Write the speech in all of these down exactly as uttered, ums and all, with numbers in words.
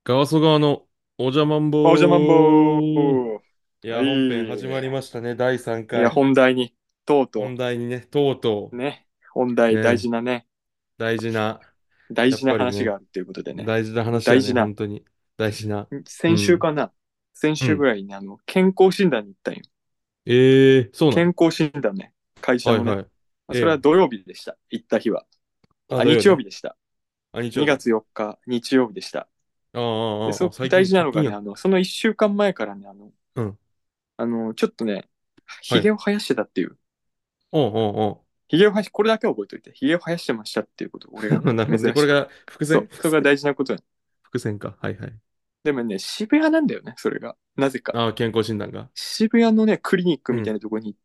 川曽川のおじゃまんおじゃまんぼぼー。 ー。はいや、本編始まりい。 ましたね。だい3 いや、 回。 本題に、とうと本題にね、とうとう、ね、本う、 題、大ね、 事なね、 大事な、やっ大事なぱりね、 話があるっていうことでね、 大事な話だね、 大事な、 本当に。大事な。う先週ん。 かな、先うん。 週ぐらいに、あの、健康診断に行ったんよ。 ええー、そうなの？ 健康診断ね、会社のね。 はいはい。ええやん。 それは土曜日でした、行った日は。 あ、 あ、 土曜ね。 日曜日でした。 あ、日曜 2 日。 月よっか、日曜日でした。 ああ、 で、 ああ、ああ、 そ、 最近、 大事なのがね、 直近やん。 あの、そのいっしゅうかんまえからね、あの、 うん。 あの、ちょっとね、 はい。 髭を生やしてたっていう。 おうおうお髭を生やし、これだけは覚えておいて、髭を生やしてましたっていうこと、俺がう。なるほどね。こ珍しく。 れが伏線、 そう、それが伏線、 大事なことや。 伏線か。はいはい。 でもね、渋谷なんだよね、それが。なぜか。 ああ、健康診断が。 渋谷のね、クリニックみたいうん。 なところに行って、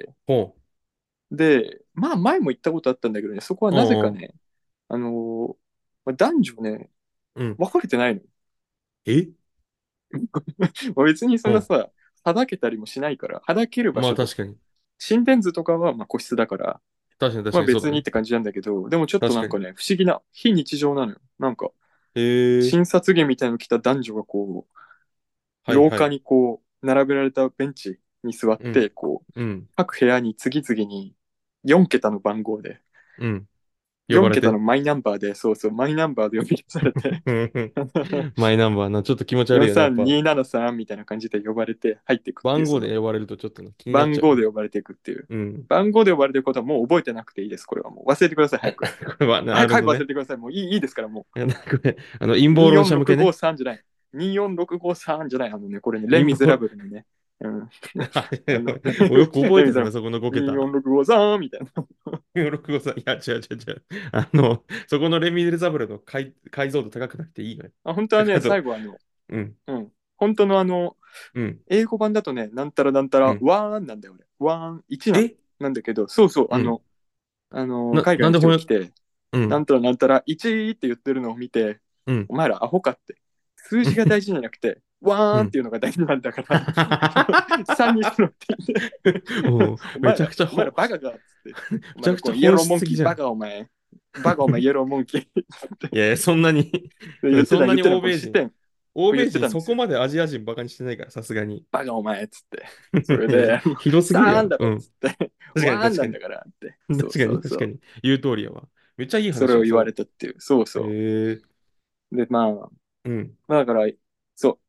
ほで、まあ前も行ったことあったんだけどね、そこはう。おうおう。 なぜかね、あのーまあ男女ね、 うん。 分かれてないの。 えまあ別にそうん。 んなさ、はだけたりもしないから、はだける場所と、 まあ確かに。 心電図とかはまあ個室だから、 確かに確まあかにそうだね。 別にって感じなんだけど、でもちょっと確かに。 なんかね、不思議な、非日常なのよ。なんか、 へえ。 診察着みたいなの着た男女がこう、廊下はいはい。 にこう、並べられたベンチに座っうん。 て、こう、 うん。 各部屋に次々によん桁の番号で、 うん。呼よんばれて。 桁のマイナンバーで、そうそう、マイナンバーで呼び出されて、 マイナンバーな。ちょっと気持ち悪いよね。やっぱ、 よんさんにーななさんみたいな感じで呼ばれて入っていくっていう、その番号で呼ばれるとちょっとね気になっ番ちゃうよね。 号で呼ばれていくっていう。 うん。 番号で呼ばれてることはもう覚えてなくていいです。これはもう忘れてください、早く。 これは、な早く、早くるほどね。 忘れてください。もういいいいですから、もいやなんかね、あの、陰う。 謀論者向けね。 にーよんろくごさんじゃない。にーよんろくごさんじゃない。あのね、これね、レ・ミゼラ陰謀、 ブルのね、うん。あの、 およく覚えレ・ミゼラブてたね、そこのごル、 桁。 にーよんろくごさんみたいな。 ろくごさん。いや、違う違う違う。あの、そこのレミゼザブルの解、解像度高くなくていいのよ。 あ、本当はね、 だからと、 最後あの、 うん、 うん。本当のあの、 うん、 英語版だとね、なんたらなんたら、 うん。 ワーンなんだよ、俺。ワーン、いちなの。 えなんだけど、そうそう、 うん。 あの、あの、 な、 海外のなんで翻訳、 人が来て、 うん、 なんたらなんたら、いちって言ってるのを見て、 うん、 お前らアホかって。数字が大事じゃなくて、ワーンってうん。 いうのが大事なんだから、さんにしろって言って、 おうお前ら、 めちゃくちゃお前らほ、 バカかっつって、お前らこめちゃくちゃうイエローモン本質的じゃん。 キーバカお前、バカお前イエローモンキーっていやいや、そんなに言ってそんなにた言ってた、 欧米人、 これ知ってん。これ言欧米人ってたんですよ。 そこまでアジア人バカにしてないから、さすがに。 バカお前っつって。それで、 ひどすぎるやろ。 さんだろっうん。 つって、 確かに確かに。 ワンなんだからって。そう確かそうそう。 に確かに。言う通りやわ。めっちゃいい話やん、 それを言われそれ。 たっていう。そうそへえ。 う。で、まあ、 うん。 まあだから、そう、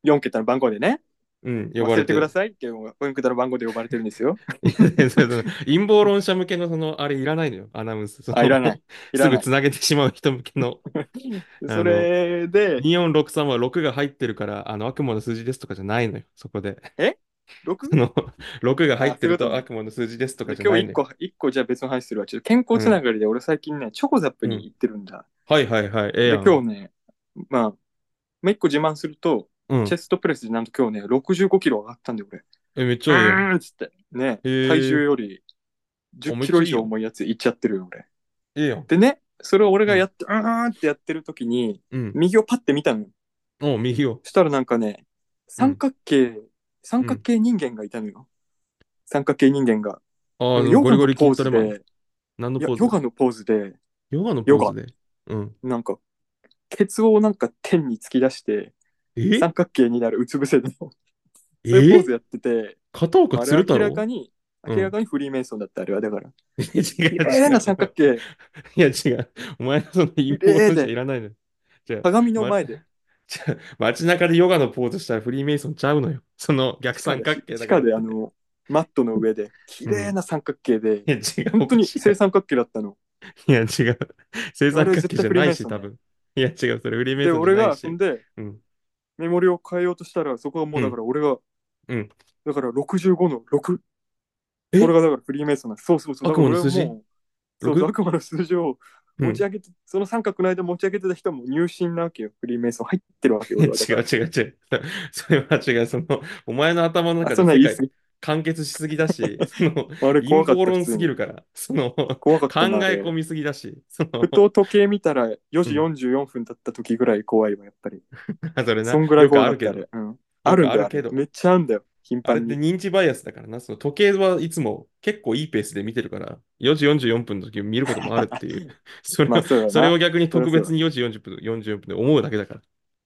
よん桁の番号でね、 うん。呼ば忘れてくだれて。 さいっていうよん桁の番号で呼ばれてるんですよ。 いやそれその陰謀論者向けのその、あれいらないのよ。アナウンス。そあ、いのらない。いすらない。 ぐつなげてしまう人向けの。 そあの、 れで、 にーよんろくさんはろくが入ってるから、あの、悪魔の数字ですとかじゃないのよ。そこで。 えそろく？ の、ろくが入っあ、 てるそういうことね。 と悪魔の数字ですとかで、今日1 じゃないのよ。 個、一個じゃあ別の話するわ。ちょっと健康つなうん。 がりで俺最近ね、チョコザップうん。 に行ってるんだ。 はいはいはい。ええやで、 ん。 今日ね、まあ、まあ、いっこ自慢すると、 うん。 チェストプレスでなんと今日ね、ろくじゅうごキロ上がったんだよ、俺。 え、めっちうゃええやん。 ーんっつって。ね、体へえ。 重より10 あ、めっキロ以ちゃいいやん。 上重いやついっちゃってるよ、俺。 ええやん。 でね、それを俺うん。 がやって、うーんってやってる時に、 うん。 右をパッて見たのよ。 お、右を。 そしたらなんかね、三うん。 角形、三角うん。 形人間がいたのよ。三角形人間が。 ああ、 なんかヨゴリゴリガのポー筋トレマン。 ズで、いや、 何のポーズ？ ヨガのポーズで、 ヨガのポヨガ、 ーズで。うん。 なんか、ケツをなんか天に突き出して、 え三角形になるうつ伏せで、そういうポーズえやってて、 片岡あれ明ら鶴太郎？ かに、 うん。 明らかにフリーメイソンだった、あれは。だから、 いや違う綺麗な三違う。 角形、 いや違う。お前のその陰綺謀論者い麗で、 らないのよ。じゃあ、 鏡のま、 前で、 じゃあ街中でヨガのポーズしたらフリーメイソンちゃうのよ。その逆地下で、 三角形地下だからって。 であの、マットの上で、綺うん。 麗な三角形で、 いや違う、 本当おかしいやろ。 に正三角形だったの。 いや違う。正三角形あれは絶対フじゃないし、 リーメイソンね。 多分。いや違う、それフリーメイで、 ソンじゃ俺ないし。 がそんで、 うん。 メモリを変えようとしたら、そこはもうだかうん。 ら俺が、 うん。 だからろくじゅうごのろく。これえがだからフリーメイソンなんです。そうそうそう。だ悪から魔の数字俺はもう、そうそう、 ろく？ 悪魔の数字をうん。 持ち上げて、その三角の間持ち上げてた人はもう入信なわけよ。フリーメイソン入ってるわけよ、 違う俺は。だから。 違う違う。それは違う。その、お前の頭のあ、 中そんで世界なん言い過ぎ。 完結しすぎだし、その、 あれ怖かった、普陰謀論す通に。 ぎるから、その、考怖かったな、あれ。 え込みすぎだし、その、 ふと時計見たら4時うん。 よんじゅうよんふんだった時ぐらい怖いわ、やっぱり。 それな、 そんぐらいよく怖かった、あれ。 あるけど、 うん。あよるんだよ、あれ。 くあるけど、 めっちゃあるんだよ、頻あれって繁に。 認知バイアスだからな、その時計はいつも結構いいペースで見てるから、よじよんじゅうよんぷんの時を見ることもあるっていう、それまあ、 を、 そうだな。 それを逆にそりゃそうだ。 特別によじよんじゅっぷん、よんじゅうよんぷんで思うだけだから。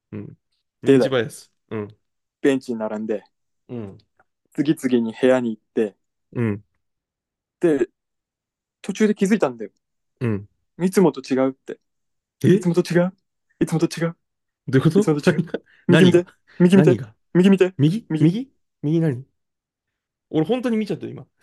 うん。 でだよ、 認知バイアス。うん。 ベンチに並んで、 うん。 次々に部屋に行って、 うん。 で、途中で気づいたんだよ。 うん。 いつもと違うって。いつえ、 もと違う。いつもと違う。 どういうこと？ いつもと違う。右見何が？ て。右見て。 何が？ 右見て。 右右。 右右何？俺本当に見ちゃった、今。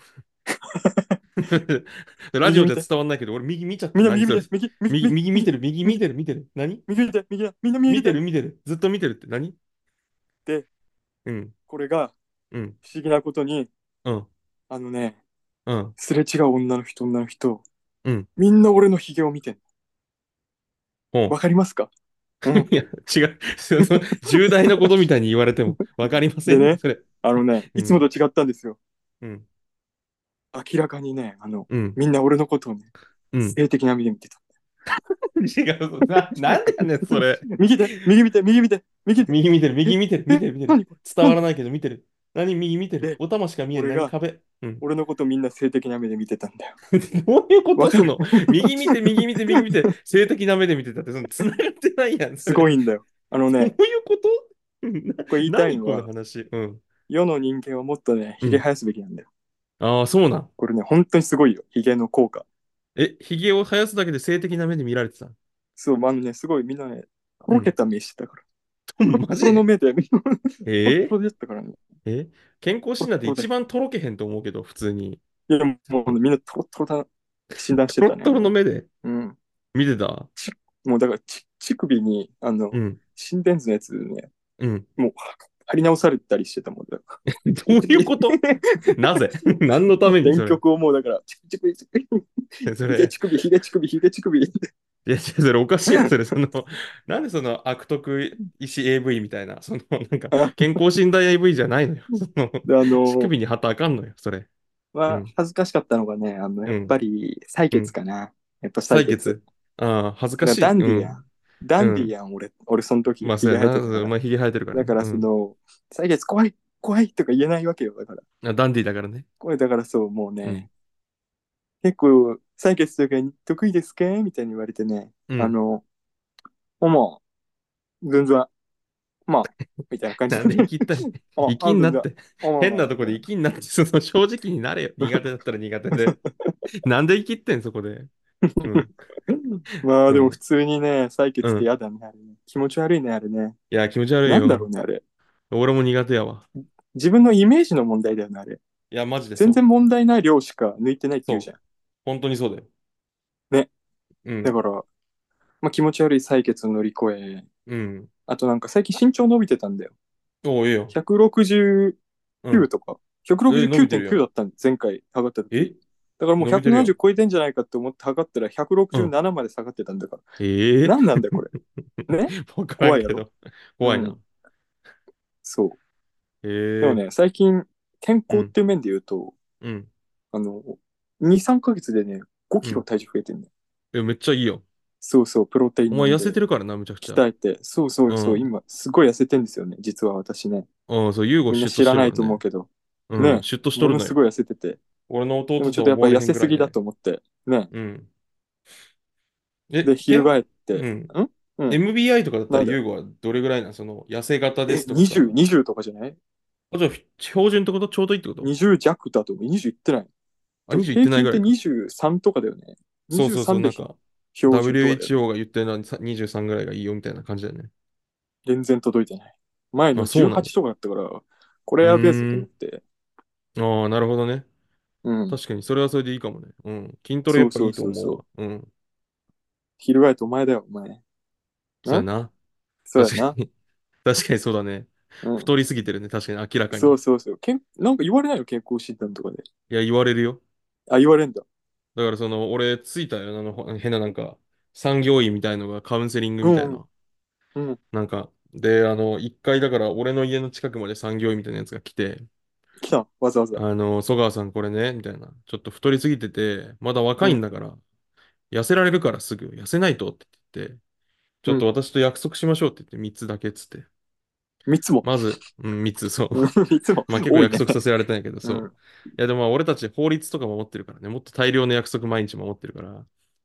ラジオじゃ右見て。 伝わんないけど、俺右見ちゃった。何それ？ みんな右見て。右、右、 右、 右、右、 右見てる、右見右、 てる、見てる。何？ 右見て。右だ。みんな右見て。 見てる、見てる。ずっと見てるって何？ で、 うん、 これがうん、 不思議なことに、 うん、 あのね、 うん、 すれ違う女の人、女の人、 うん。 みんな俺のヒゲを見てんの。 ほう。 わかりますか？うん。 いや、違う。その重大なことみたいに言われてもわかりません。 でね、 それ。 あのね、 うん、 いつもと違ったんですよ。 うん、 明らかにね、あの、 うん、 みんな俺のことをね、 うん。 性的な目で見てた。 違う。な、なんでやねん、それ。 右で、右見て、右見て、右で。 右見てる、 え、 右見てる、見え、 てる、見てる。 何これ？何？ 伝わらないけど見てる。何？右見てる。 で、 お玉しか見えん。 俺が、 何？壁。うん。 俺のことをみんな性的な目で見てたんだよ。 どういうこわかる？ と？その、右見て、右見て、右見て、性的な目で見てたって、その、繋がってないやん、そすれ。 ごいんだよ。あのどういうね、 こと？うんな、 これ言いたい何こののは、 話。うん。 世の人間はもっとね、 うん。 ヒゲ生やすべきなんだよ。 ああ、そうなん。 これね、本当にすごいよ。ヒゲの効果。 え、髭を生やすだけで性的な目で見られてた？ そう、あのね、すごいみんなね、とうん。 ろけた目してたから。トロッマジ？ トロの目で、トロットえロだったからね。 ー、え、健康診断ってトロットロで。 一番とろけへんと思うけど、普通に。 いや、もうね、みんなトロットロだって診断してたね、 トロットロのも目でう。うん。 見てた？ ち、もうだからち、乳首に、あの、 うん。 心電図のやつね、 うん。 もう、貼り直されたりしてたもんだかどういうこと？なぜ？何のたら。 めにそれ？ 電極をもうだから、チクチクチク、 それ、 ヒゲ乳首、ヒゲ乳首、ヒゲ乳首。 いや、違うそれおかしいやん、それ。その、なんでその悪徳医師 エーブイ みたいな、その、なんか、 あ健康診断 エーブイ じゃないのよ。その、 で、あ乳の、 首に旗あかんのよ、それ。うは、 ん、 恥ずかしかったのがね、あの、やっうん、 ぱり、採うん。 血かな。やっぱ採血。 採血。ああ、恥ずかだダしい。 ンディやん。 うん、 ダンディうん。 やん、俺。俺、その時、 まあ、 ヒゲそうやな。 生えてたから。 まあ、ひげ生えてるからね。 だから、 うん。 その、採血怖い、怖いとか言えないわけよ。だから。 あ、ダンディーだからね。 これ、だからそう、もううん、 ね、結構、採血とかに得意ですかみたいに言われてね、 うん。 あの、もう、全然、まあ、みたいな感じで。 なんで生きったい？ あ、 生きあ、全然、 んなって。 あ、まあまあ、 変なとこで生みたいな。 きんなって、その正直になれよ。苦手だったら苦手で。なんで生きってん、そこで。うん、 まあ、でも普うん、 通にね、採血ってうん。 嫌だね、あれね。気持ち悪いね、あれね。 いや、気持ち悪いよ。 なんだろうね、あれ。 俺も苦手やわ。 自分のイメージの問題だよね、あれ。 いや、マジで全然そう。 問題ない量しか抜いてないって言うじゃん。 そう。本当にそうだよ。 ね。 うん。 だから、まあ、気持ち悪い採血を乗り越え、 うん。 あとなんか最近身長伸びてたんだよ。 おう、ええよ。 ひゃくろくじゅうきゅううん。 とか、 え、伸びてるやひゃくろくじゅうきゅうてんきゅうん。 だったんで、前回測った時。 え、 だからもう伸びてるやん。 ひゃくななじゅう超えてんじゃないかって思って測ったらうん。 ひゃくろくじゅうななまで下がってたんだから。 ええ何なんだよ、これ。ね。 わから怖いやろ。 んけど。怖いな。 うん。そう。でもええね、最近、健うん。 康っていう面で言うと、 うん。 あの、に、さんかげつでね、5キロうん。 体重増えてんね。 え、めっちゃいいよ。 そうそう、プロテイお前痩ン飲んで、 せてるからな、むちゃくちゃ。 鍛えて、そうそうそう、 うん。 今、すごい痩せてんですよね、実は私ね。 うん、そう、ユーゴみんなシュッとし知らないてるからね。 と思うけど、 うん、 ね、 シュッとしとるのよ。 ものすごい痩せてて、 俺の弟でもちょっとやっぱと思われへ痩せすぎだんぐらいね。 と思って、ね、 うん。え、 で、 けん、 翻って、 うん。 んうん、 エムビーアイ とかだったらなんだよ。 ユーゴはどれぐらいなんその、痩せ型でえ、 すとかさ。 にじゅう、にじゅうとかじゃないあ、じゃあ、標準ってこと？ちょうどいいってこと？ ?にじゅう 弱だと思う。にじゅういってない。 あ、にじゅういって平均ってないぐらいか。 にじゅうさんとかだよね。 そうそうそう、 にじゅうさんでなんか、 標準とかだよね。 ダブリューエイチオー が言ってるのはにじゅうさんぐらいがいいよみたいな感じだよね。 全然届いてない。前あ、 のそうなんだ。 じゅうはちとかだったから、これうやべえぞとーん。 思って。 ああ、なるほどね。 うん。 確かに、それはそれでいいかもね。うん。筋トレやっぱいそうそういと思うわ。 そうそう。 うん。 翻ってお前だよ、お前。んそうやな。 そうやな。 確かに。確かにそうだね。 うん。 太りすぎてるね。確かに、明らかに。いそうそうそう。けん、なんか言われないよ、健康診断とかで。 や、言われるよ。 あ、言われんだ。 だからその、俺、ついたよ。あの、変ななんか、産業医みたいのがカウンセリングうんうん。 みたいな。 うん。 なんか、で、あの、一回だから、俺の家の近くまで産業医みたいなやつが来て、 来た、わざわざ。 あの、曽川さんこれね、みたいな。ちょっと太りすぎてて、まだ若いんうん。 だから、痩せられるからすぐ、痩せないとって言って、ちょっとうん。 私と約束しましょうって言ってみっつだけっつって。 三つも。 まず、うん、みっつ、そう。 うん三つも。 まあ結構多いね。 約束させられたんやけど、そう。 うん。 いやでもまあ俺たち法律とか守ってるからね、もっと大量の約束毎日守ってるから、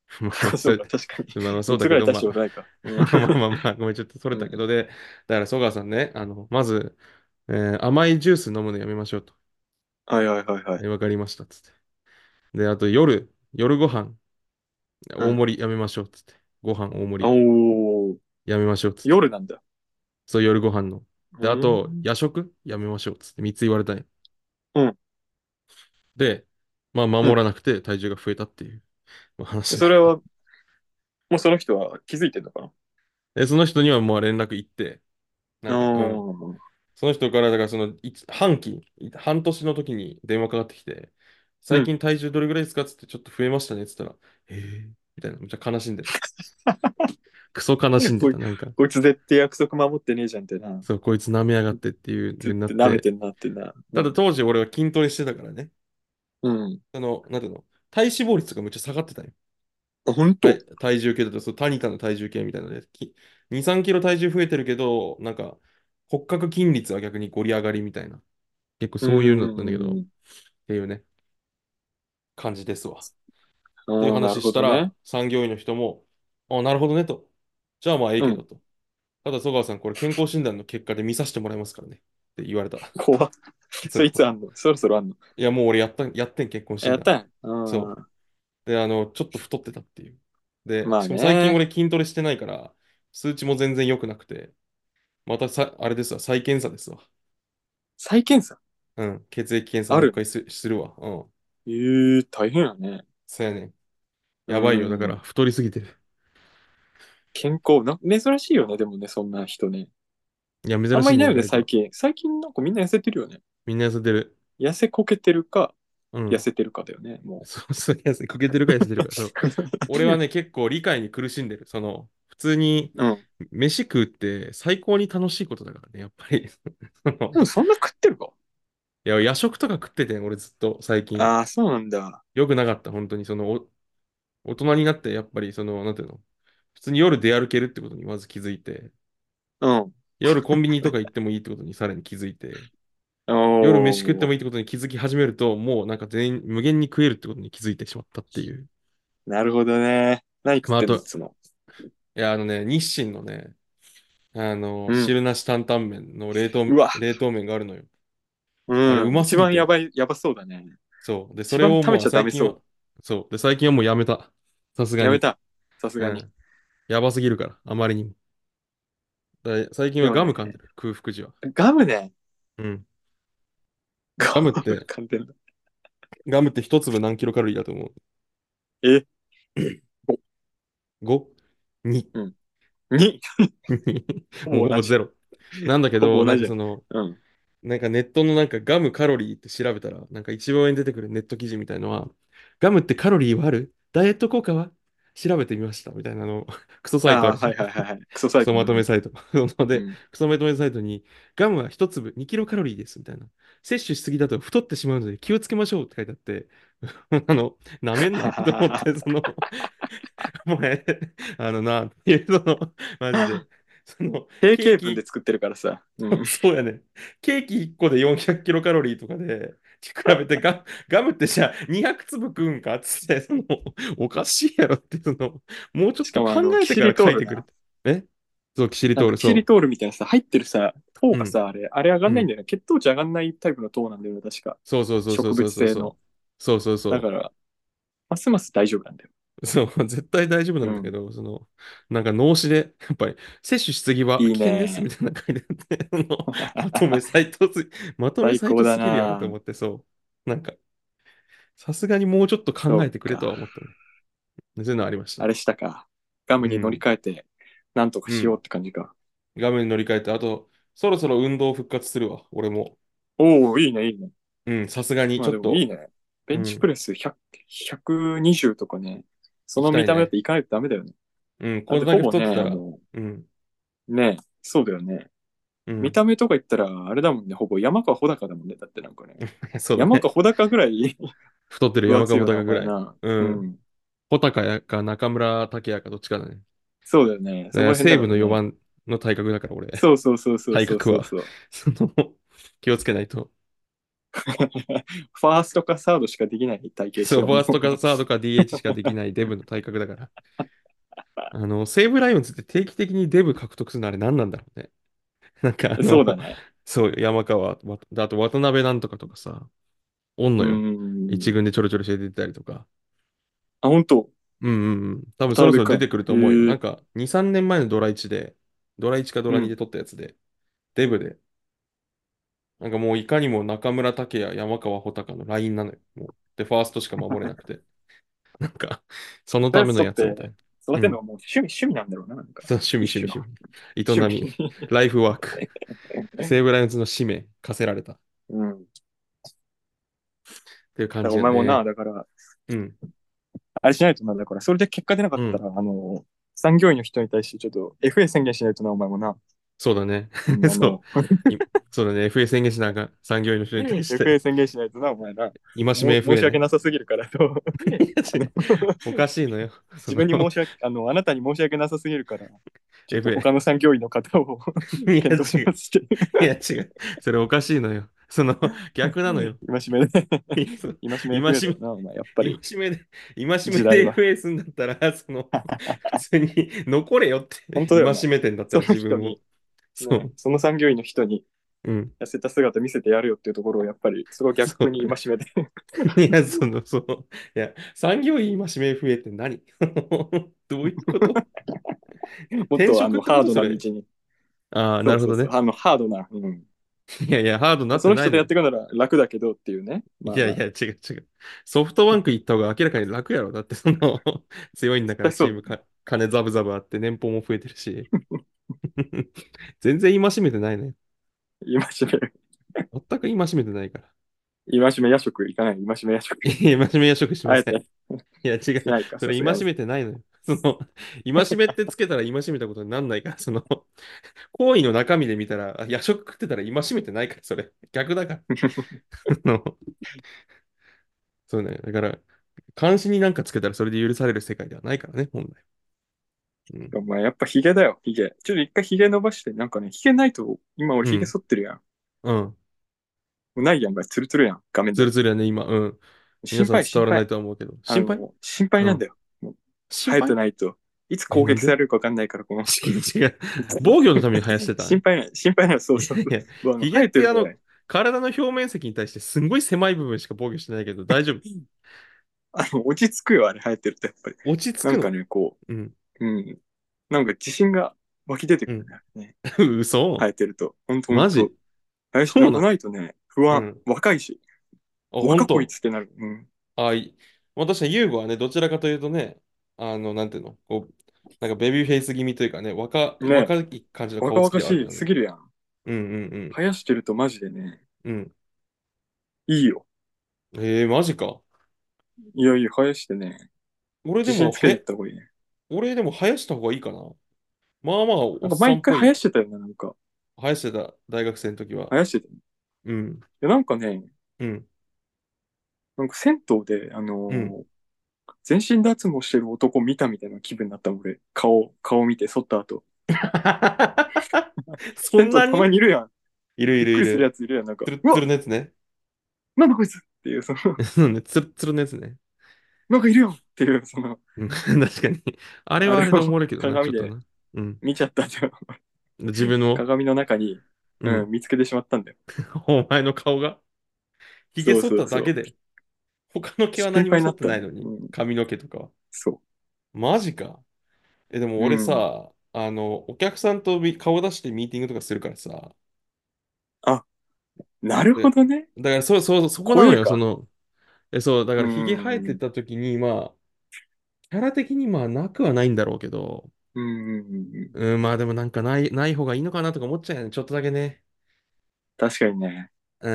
まあまあ、それ、 そうか、確かに。 まあまあそう 3つぐらいだけど、まあ、 大したことないか。うん。 まあまあまあまあ、ごめん、ちょっとそれうん。 たけど、で、だから曽我さんね、あの、まず、えー甘いジュース飲むのやめましょうと。 はいはいはいはい。 えわかりました、つって。で、あと夜、夜ご飯、 うん。 大盛りやめましょう、つって。ご飯大盛りおー、 やめましょう、つって。 夜なんだ。 そう、夜ご飯の。 うで、あと、 ん。 夜食やめましょう、つって。みっつ言われたんよ。 うん。 で、まあ、 うん。 守らなくて体重が増えたっていう、まあ話だ。 それは、もうその人は気づいてんのかな？ で、その人にはもう連絡行って、なあんか、うん。 ー。 その人から、だからその、い半期、半年の時に電話かかってきて、 うん。 最近体重どれぐらいですかっつって、ちょっと増えましたねっつったら、へえ、みたいな、めっちゃ悲しんでた。クソ悲しんでこい、 た。なんか、 こいつ絶対約束守ってねえじゃんってな。 そう、こいつ舐めやがってっていう風になっ絶対舐めて、 てんなってな。うただん。 当時俺は筋トレしてたからね、 うん。 あの、なんていうの、体脂肪率がめっちゃ下がってたよ。 あ、本当？ 体体重計だと、そう、タニタの体重計みたいなので、きに、さんキロ体重増えてるけど、なんか、骨格筋率は逆にゴリ上がりみたいな、結構うそういうのだったんだけど、っーん。 ていうね、感じですわ。っていうああ、なる話したら、 ほどね。 産業医の人も、あ、なるほどねと。じゃあまあええうん。 けどと。ただ、曽川さん、これ健康診断の結果で見させてもらいますからね。って言われた。 怖っ。 そう。 それいつあんの？そろそろあんの？ いや、もう俺やった、やってん、結婚診断。 やったん。 そう。 うん。 で、あの、ちょっと太ってたっていう。で、 まあしかも最近ね。 俺筋トレしてないから、数値も全然良くなくて、またさ、あれですわ、再検査ですわ。 再検査うん。血液検査あるの？ もう一回す、するわ。うん。 ええー、大変やね。 そうやねん。 うやばいよ。だから、 ん。 太りすぎてる。 健康な、珍しいよね、でもね、そんな人ね。 いや、珍しいね、 あんまいないよね、 意外と。 最近。最近なんかみんな痩せてるよね。 みんな痩せてる。 痩せこけてるか、 うん。 痩せてるかだよね、もそうそう、痩せ、こけてるか痩せてるか。そう。俺はう。 ね、結構理解に苦しんでる。その、普通に、 うん。 飯食うって最高に楽しいことだからね、やっぱり。そのでもそんな食ってるか？ いや、夜食とか食っててん、俺ずっと最近。 ああー、そうなんだ。 よくなかった、本当に。その、お大人になって、やっぱり、その、なんていうの、普通に夜出歩けるってことにまず気づいて、 うん。 夜コンビニとか行ってもいいってことにさらに気づいて、夜飯食っておー、 もいいってことに気づき始めると、もうなんか全員無限に食えるってことに気づいてしまったっていう。 なるほどね。何食っまあ、あてんのいと、 つも？ いや、あのね、日清のね、あの、 うん。 汁なし担々麺の冷凍、 うわ。 冷凍麺があるのよ。あれ、ううん。一ますぎて。 番やばい、やばそうだね。 そう。で、そ一れをもう番食べちゃダ最近は、 メそそう。で、最近はもうやめた。さすう。 がに。 やめた。さすがに。 うん。やばすぎるから、あまりにも。だ最近はでもね、 ガム噛んでる。空腹時は。 ガムね。 うん。ガムっガムて、 噛んでんだ。 ガムって一粒何キロカロリーだと思う？ え、お、 ご？ に？ うん。に、ほもうぼ同じ。 ほぼゼロ。なんだけど、なんほぼ同じだ。 かその、 うん。 なんかネットのなんかガムカロリーって調べたら、なんか一番上に出てくるネット記事みたいのは、ガムってカロリーはある？ダイエット効果は？調べてみましたみたいなの、クソサイトあああ、 るじゃん。 はいはいはいはい。クソクソサイトね。 まとめサイト。そので、 うん。 クソまとめサイトに、ガムは一粒にキロカロリーですみたいな。摂取しすぎだと太ってしまうので気をつけましょうって書いてあって、あの、なめんなよと思って、その、お前、あのな、っていう、その、マジで、その、 定ケーキ、 型文で作ってるからさ。うん。 そうやね。ケーキいっこでよんひゃくキロカロリーとかで、比べてガ、ガムってじゃあにひゃく粒食うんかっつって、その、おかしいやろって、その、もうちょっと考しかもあの、キシリえてからトールな。 書いてくれて。えそう、キシリなんかトール、そキシリトールみたいなさ、入ってるさ、糖う。うん、 がさ、あれ、あれ上がうん。 んないんだよね。血糖値上がんないタイプの糖なんだよね、確か。 そうそうそうそう植そうそうそう。 物性の。 そうそうそだから、ますます大丈夫なんだよ。 う。そう、絶対大丈夫なうん。 んだけど、その、なんか脳死で、やっぱり、摂取しすぎはいい危険ですみね。 たいな書いてあって、あのまとめサイトす、まとめサイト最高だすぎるやろとな。 思って、そう。なんか、さすがにもうちょっと考そうえてくれとはか。 思ったね。そういうのありましたあれね。 したか。ガムに乗りうん。 換えて、なんとかうん。 しようって感じか。 画面に乗り換えて、あと、そろそろ運動復活するわ、俺も。 おお、いいね、いいね。 うん、さすがに、 まあちょっと、 でもいいね。ベンチプうん、 レスひゃく、ひゃくにじゅうとかね。そ行きの見た目だとたいね。 いかないとダメだよね。 うん、 だってこれだけほぼね、 太ってたら、 あの、 うん、 ね、そうだよね。 うん。 見た目とか言ったら、あれだもんね、ほぼ山川穂高だもんね。だってなんかね。 そうだね。 山川穂高ぐらい太ってる山川穂分厚いよな、お高ぐらい。 前な。 うん。 うん。 穂高やか中村拓也かどっちかだね。 そうだよね。そこら辺だだから西武からね。 のよばんの体格だから俺、 そうそうそうそう体格は。 そうそうそう。 その、気をつけないと。 ファーストかサードしかできない体型してそう、 るもん。 ファーストかサードか ディーエイチ しかできないデブの体格だから。あの、西武ライオンズって定期的にデブ獲得するのあれ何なんだろうね。なんかあの、 そうだね。 そう、山川、わあと渡辺なんとかとかさ、おんうーのよ。一ん。 軍でちょろちょろして出てたりとか。 あ、本当。 うんうんうん。多分そろそろ出て渡辺か。 くると思うよ。 へえ。 なんか、に、さんねんまえのドラいちで、ドラいちかドラにうん。 で撮ったやつで、デブで、なんかもういかにも中村剛也、山川穂高のラインなのよ。もう。で、ファーストしか守れなくて。なんか、そのそういうやためのつとってやつみたいな。 育うん。 てるのはもう趣味、趣味なんだろうな、なんか。 そう、趣味、趣味、 一種の。 趣味。営趣み、 味。 ライフワーク。西武ライオンズの使命、課せられた。っうん。 ていう感だからお前もな、 じよね。 だから、 うん。 あれしないとな、だから、それで結果出なかうん。 ったら、あの、産業医の人に対してちょっと エフエー 宣言しないとな、お前もな。 そうだね。 あそう。 の、 いそうだね。エフエー 宣言しなあかん。産業医の人に対して。 エフエー 宣言しないとな、お前な。も、 戒め申しエフエー ね。 訳なさすぎるからと、 いや、 あの、 違う。おかしいのよ。その自分に申し訳、あの、あなたに申し訳なさすぎるから、ちょっと他エフエー。 の産業医の方をいや、 検討し違う。 ますって。 いや、違う。それおかしいのよ。その、逆なのよ。 戒めでそう、 戒め戒エフエー だよめ、 な、お前、やっぱり、 戒めで、戒めで時代は。 エフエー すんだったら、その、普通に残れよって、 本当だよな。 戒めてんだったそらの人に、 自分を。そね、 う。 その産業医の人にうん。 痩せた姿見せてやるよっていうところを、やっぱり、それをそう。 逆に戒めでいや、その、そう。いや、産業医戒め エフエー って何どういうこと？ もっとあの転職ってこハードな道とそれ？ に。 ああ、 そうそうそう。 なるほどね。 あのハードな。うん。 いやいや、ハードになっその人とてないのよ。 やっていくなら楽だけどっていうね。まあまあ、 いやいや、違う違う。ソフトバンク行った方が明らかに楽やろ。だってその強いんだから絶対そう。 チームか、金ザブザブあって年俸も増えてるし。全然戒めてないね。 戒め、 全く戒めてないから。 戒め夜食行かない。戒め夜食。 いや、戒めや食しません。 あえていや、違う。 しないか、 それ、 さすがに。 戒めてないのよ。その、戒めってつけたら戒めたことになんないから、その、行為の中身で見たら、あ夜食食ってたら戒めてないから、それ。逆だから。あのそうね。だから、監視になんかつけたらそれで許される世界ではないからね、本来。うん。 お前やっぱヒゲだよ、ヒゲ。ちょっと一回ヒゲ伸ばして、なんかね、ヒゲないと、今俺ヒゲうん。 剃ってるやん。もうん。 うないやんが、ツルツルやん、画面で。 ツルツルやね、今。うん。皆さん心配、心配。 伝わらないとは思うけど。心配？ あの、心配うん。 なんだよ。もう生えて心配？ ないと。いつえ、 攻なんで？ 撃されるか分かんないから、この。 違う違う。防御のために生やしてた？ 心配ない、心配ない、そうそうそう。 いやいや、 うわあの、 ヒゲ生えってあの、 てるとね、 体の表面積に対してすんごい狭い部分しか防御してないけど、大丈夫？ あの、落ち着くよ、あれ生えてると、やっぱり。 落ち着くの？ なんかね、こうん。 う、うん。なんか自信が湧き出てうん。 くるね。生嘘？ えてると。ほんとほんと。 マジ？ 林なんかそうなん？ ないとね、不安。 うん。 若いし。 あ、 若こい本当？ つってなる。うん。 あ、い私はユーゴはね、どちらかというとね、あの、なんていうの、こう、なんかベビーフェイス気味というかね、若、 ね、 若い感じの顔つき若々しいではあるけどね。 すぎるやん。 うんうん生やしてるとマジでね、 うん。うん。 いいよ。 えー、マジか。 いやいや、生やしてね、 俺でも、 自信つけていっはや、 た方がいいね。 俺でも生やした方がいいかな。まあまあ、おっなんか前一回生やさんっぽい。 してたよな、なんか。 生やしてた、大学生の時は。 生やしてた。いうん。 や、なんかね、 うん。 なんか銭湯で、あうん。 のー全身脱毛してる男見たみたいな気分になった俺。顔、顔見て剃った後。 そ銭湯たまんなに？ にいるやん。 いるいびっくりするやるいる。 ついるやん。なんか、 つるっつるうわ、 のやつね。 なんだこいつっていう、その、 そうね、つるっつるのやつね。 なんかいるよっていう、その、 うん、確かに。あれはあれでおあれをもろいけどな、ちょ鏡でっとな。うん。 見ちゃったんだよ。 自分の、 鏡の中に、うん、 うん。 見つけてしまったんだよ。 お前の顔が、髭そう剃っそうそう。 ただけで、他の毛は心何も剃っ配になったね。 てないのに、 うん、 髪の毛とかは。 そマジか。え、でもう。 俺うん。 さ、あの、お客さんとみ顔出してミーティングとかするからさ、 あ、なるほで、 どね。 だからそ、そ、そこなのよ、そ声か。 の、え、そう、だかうら髭生えてん。 た時に、まあ、キャラ的にまあなくはないんだろうけど、 うん。 うん、まあでもなんかない、ない方がいいのかなとか思っちゃうよね、ちょっとだけね。 確かにね。 うん。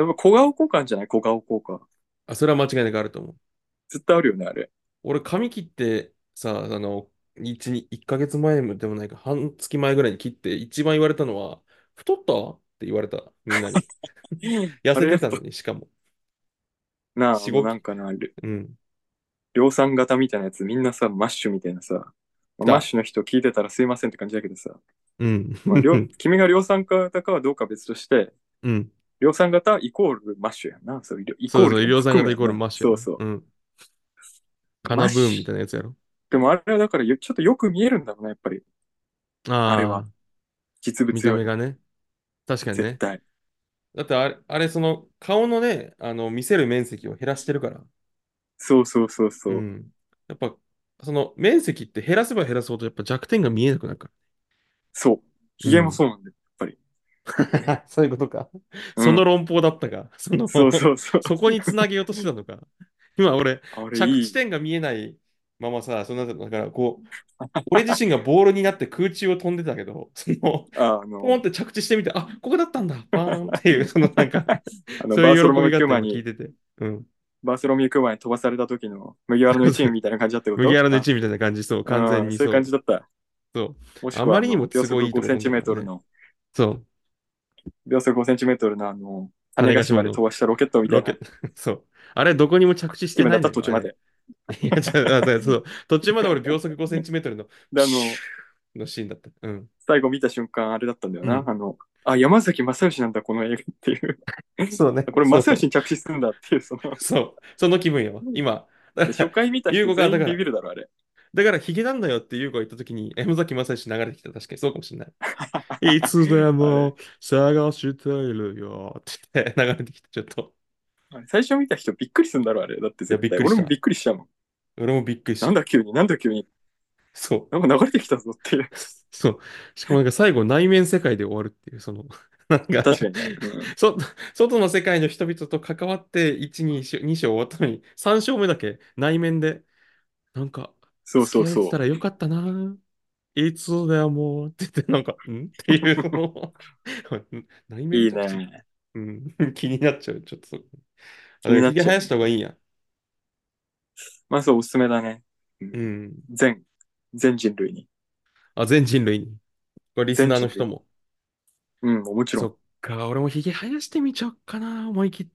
やっぱ小顔効果じゃない小顔効果。 あ、それは間違いなくあると思う。 絶対あるよね、あれ。 俺、髪切ってさ、あの、いち、いっかげつまえでもないか、半月前ぐらいに切って、一番言われたのは、太ったって言われた、みんなに。痩あれやっぱ、 せてたのに、しかも。 なあ、もうなしごき。 んかな、りうん。 量産型みたいなやつ、みんなさ、マッシュみたいなさ、まあマッだ。 シュの人聞いてたらすいませんって感じだけどさ、 うん。 まあ、量君が量産型かはどうかは別として、 うん。 量産型イコールマッシュやんな。そう、イそうそう、医コールっていうの療産型イコール含むやんな。 マッシュやろ。 そうそうん。 う。 カナブーンみマッシュ。 たいなやつやろ。 でもあれはだからよちょっとよく見えるんだろうな、やっぱり。あれは。 ああ、 実見物より。 た目がね。確かにね。 絶対。 だってあれ、あれ、その、顔のね、あの、見せる面積を減らしてるから。 そうそうそうそう。 うん。やっぱ、その、面積って減らせば減らすほど、やっぱ弱点が見えなくなるかそう。 ら。 ヒゲもうん。 そうなんだよ、やっぱり。 そういうことか。 うん。 その論法だったか。そのそうそうそう。 そこにつなげようとしてたのか。今俺、 あれ着いい。 地点が見えないままさ、そんな、だから、こう、俺自身がボールになって空中を飛んでたけど、その、 あの、 ポンって着地してみて、あ、ここだったんだ、パーンっていう、そのなんかあの、 そういうバーソロミュー・喜びがあった今聞クマに、 いてて。うん。 バーソロミュー・クマに飛ばされた時の麦わらの一味みたいな感じだってこ麦わらのとあ、 一味みたいな感じ、そう、完うん、そういう全にそう。 感じだった。 そう。 もしくは、 あまりにもあの、秒速都合いいとこ 5センチ飛んだからね。 メートルの、 そう。 秒速ごセンチメートルのあの、種子島種子島ので飛ばしたロケットみたいなロケット。そう。あれ、どこにも着地して気分だったないのよ、あれ。 途中まで。 いや、違う、あ、そうそう、途中まで俺秒速ごセンチメートルので、 ピあの、 シューのシーンだった。うん。 最後見た瞬間、あれだったんだよな。 うん。 あの、あ、山崎正義なんだ、この映画っていう。 そうね。 これそう。 正義に着地するんだっていう、その、 そう。その気分やわ。今。だから、 初回見た優人全員子がだから、 ビビるだろ、あれ。 だからヒゲなんだよって優子が言った時に、山崎正義流れてきた。確かにそうかもしれない。いつであれ、 も探しているよって言って流れてきて、ちょっと。 あれ最初見た人びっくりするんだろ、あれ。だっていや、 絶対。 びっくりした。 俺もびっくりしたもん。 俺もびっくりした。 なんだ急に、なんだ急に。 そう。 なんか流れてきたぞっていう。 そう。しかもなんか最後内面世界で終わるっていう、その、なんか確かにね。うん。 そ、外の世界の人々と関わっていち、に章、に章終わったのに、さん章目だけ内面で、なんか、 そう付き合えてたそうそらよかったな。いつだよ、もう。って言って、なんか、んっていう、その内う。いい面着地、 ね。 うん、気になっちゃう。ちょっとそ、あ、だ気にから、ひげ生やしなっちゃうね。 た方がいいんや。 まあそう、おすすめだね。うん。 うん。 全、全人類に。 あ、全人類に。これリス全人類に。 ナーの人も。 うん、もちろん。 そっか、俺もひげ生やしてみちゃおっかな、思い切って。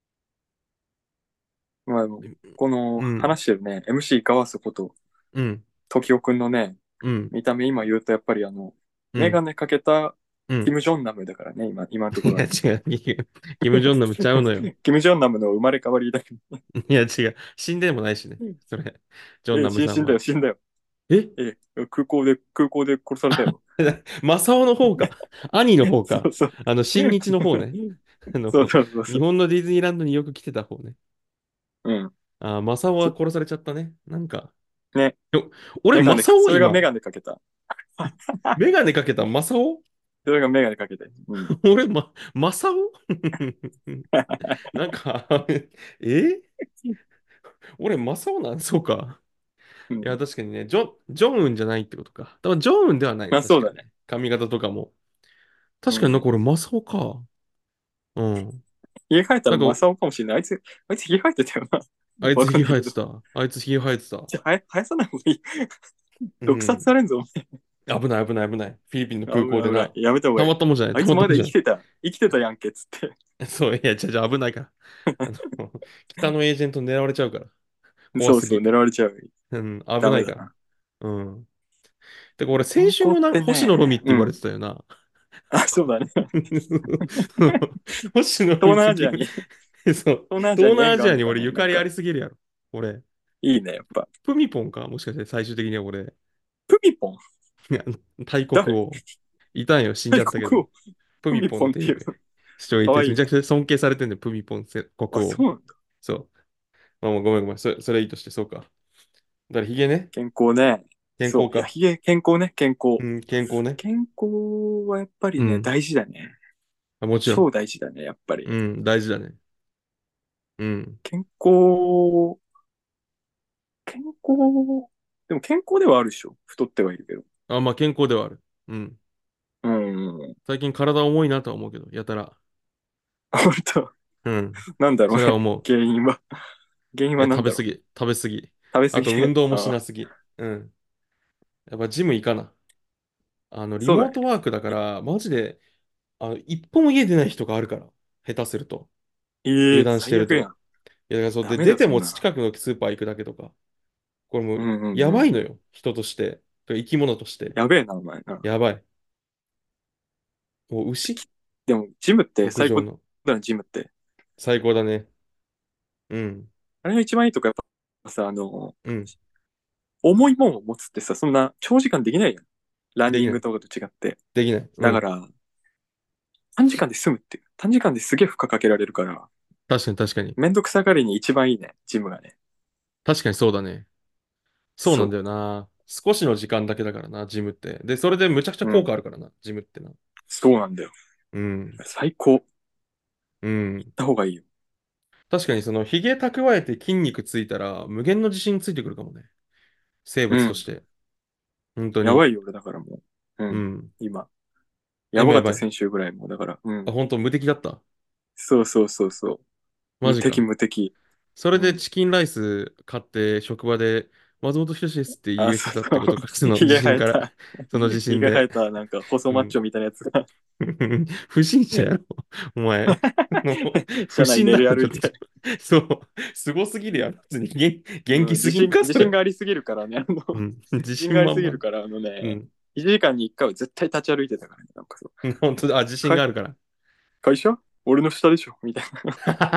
まあ、このうん、 話してるね、エムシー ガワスこと、 うん、 時雄くんのね、 うん、 見た目今言うとやっぱりあの、 うん、 メガネかけたうん。 キム・ジョンナムだからね、今、今のとこいや、 ろはね。 違う。キム・ジョンナムちゃうのよ。 キム・ジョンナムの生まれ変わりだけど。 いや、違う。死んでもないしね。それ。ジョンえ、 ナム死ん死んだよ、 さんは。 死んだよ。 ええ、空港で、空港で殺されたよ。 マサオの方か。兄の方か。 そうそう。 あの、新日の方ね。あの、 そうそうそうそう。 日本のディズニーランドによく来てた方ね。 うん。 あー、マサオはそ殺されちゃったね。なんか。 ね、 よ俺、 メガネか、 マサオ今。 それがメガネかけた。 メガネかけたマサオ。 それがメガネかけて。うん。 俺、ま、マサオなんかえ俺、マサオなんそうか。いや、 うん。 確かにね、ジョン、ジョンウンじゃないってことか。多分ジョンウンではないね、 まあそうだね。 確かにね。髪型とかも。確かになんかうん。 俺、マサオか。うん。 家帰ったなんか、 らマサオかもしれない。あいつ、あいつ家帰ってたよな。 あいつひげわかんないけど。 生えてた。あいつひげ生えてた。 じゃあ、生やさない方がいい。毒殺うん。 されんぞ。 危ない危ない危ない。フィリピンの危空港でな。 ない危ない。やめた方がたいい。 まったもんじゃない。たあいつまだまったもんじゃない。 生きてた。生きてたやんけ、つって。 そう、いや、じゃじゃ危ないから。あの、北のエージェント狙われちゃうから。 そうそう、 怖すぎ。 狙われちゃう。 うん、危ないから。 ダメだな。 うん。てか俺、先健康っ週もな、 てね、 星野ロミって言われうん。 てたよな。 あ、そうだね。 星野ロ東ミ好き。 南アジアに、 そう。 東南アジア東に南アジアに縁があるんだね。 俺ゆかりありなんか、 すぎるやろ。俺。 いいね、やっぱ。 プミポンかもしかして最終的には俺。 プミポンいや大国誰王。いたんよ、死んじゃったけど。 大国をプミプミポンっていうポンっていうの。 人がいて、めちゃくかわいいね。 ちゃ尊敬されてんだよ、プミポンせ国あ、 王。 そうなんだ。 そう。まあ、もうごめんごめん。それ、それいいとして、そうか。だからヒゲね。 健康ね。そう。いや、 健康か。 ひげ、健康ね、健康。 うん、健康ね。 健康はやっぱりね、 うん。 大事だね。 あ、もちろん。 超大事だね、やっぱり。 うん、大事だね。うん。 健康、健康、でも健康ではあるでしょ。太ってはいるけど。 あ、まあ健康ではある。うん。 うん。 最近体重いなとは思うけど、やたら。 本当、 うん。 なんだろうね。 それは思う。 原因は。原因え、 は何だろう。 食べ過ぎ。食べ過ぎ。 食べ過あとぎて。 運動もしああ、 なすぎ。うん。やっぱジム行かな。あの、リそうだね。 モートワークだから、マジで、あの、一歩も家出ない人があるから。下手すると。 ええ、 油断してると。 最悪やん。 いや、だからそう。で、 ダメだ、 出てそんな。 も近くのスーパー行くだけとか。これもう、 うんうんやうん。 ばいのよ。人として。生き物として。 やべえな、お前な。 やばい。もう牛。 でも、ジムって最高屋上の。 だな、ジムって。 最高だね。うん。 あれが一番いいとか、やっぱさ、あの、 うん。 重いもんを持つってさ、そんな長時間できないやん。ランできない。 ニングとかと違って。 できない。うん。 だから、短時間で済むっていう。短時間ですげえ負荷かけられるから、 確かに確かに。 めんどくさがりに一番いいね、ジムがね。 確かにそうだね。そうなんだそよな。少しの時間だけだからな、ジムって。で、それでむちゃくちゃう。う効ん。 果あるからな、ジムってな。 そうなんだよ。 うん。 最高。行っうん。 た方がいいよ。 確かにその、ヒゲ蓄えて筋肉ついたら、無限の自信ついてくるかもね。生うん。 物として。本当に。 やばいよ、俺だからもう。うん。 うん。 今。やばかった、 今やばい。 先週ぐらいも。だから、うあ、 ん。 本当無敵だった。 そうそうそうそう。無敵マジか。 無敵。 それうん。 でチキンライス買って職場で松本人志ですってあ、 言えてたってそうそう。 ことか、そのひげ自信から。 生えた。 その自ひげ生信で。 えた、なんか、細うん。 マッチョみたいなやつが不審者やろ、お前。もう不車内練審だろ、ちょっと。 り歩いて。 そう。すごすぎるやろ。別に元、元うん、 気す自信、 ぎんか、それ。 自信がありすぎるからね、あの、 うん。自自信があり信満々。 すぎるから、あのね、 うん。 いちじかんにいっかいは絶対立ち歩いてたからね、なんかそう。 本当だ。あ、自信が会、 あるから。 会社俺の下でしょみたいな。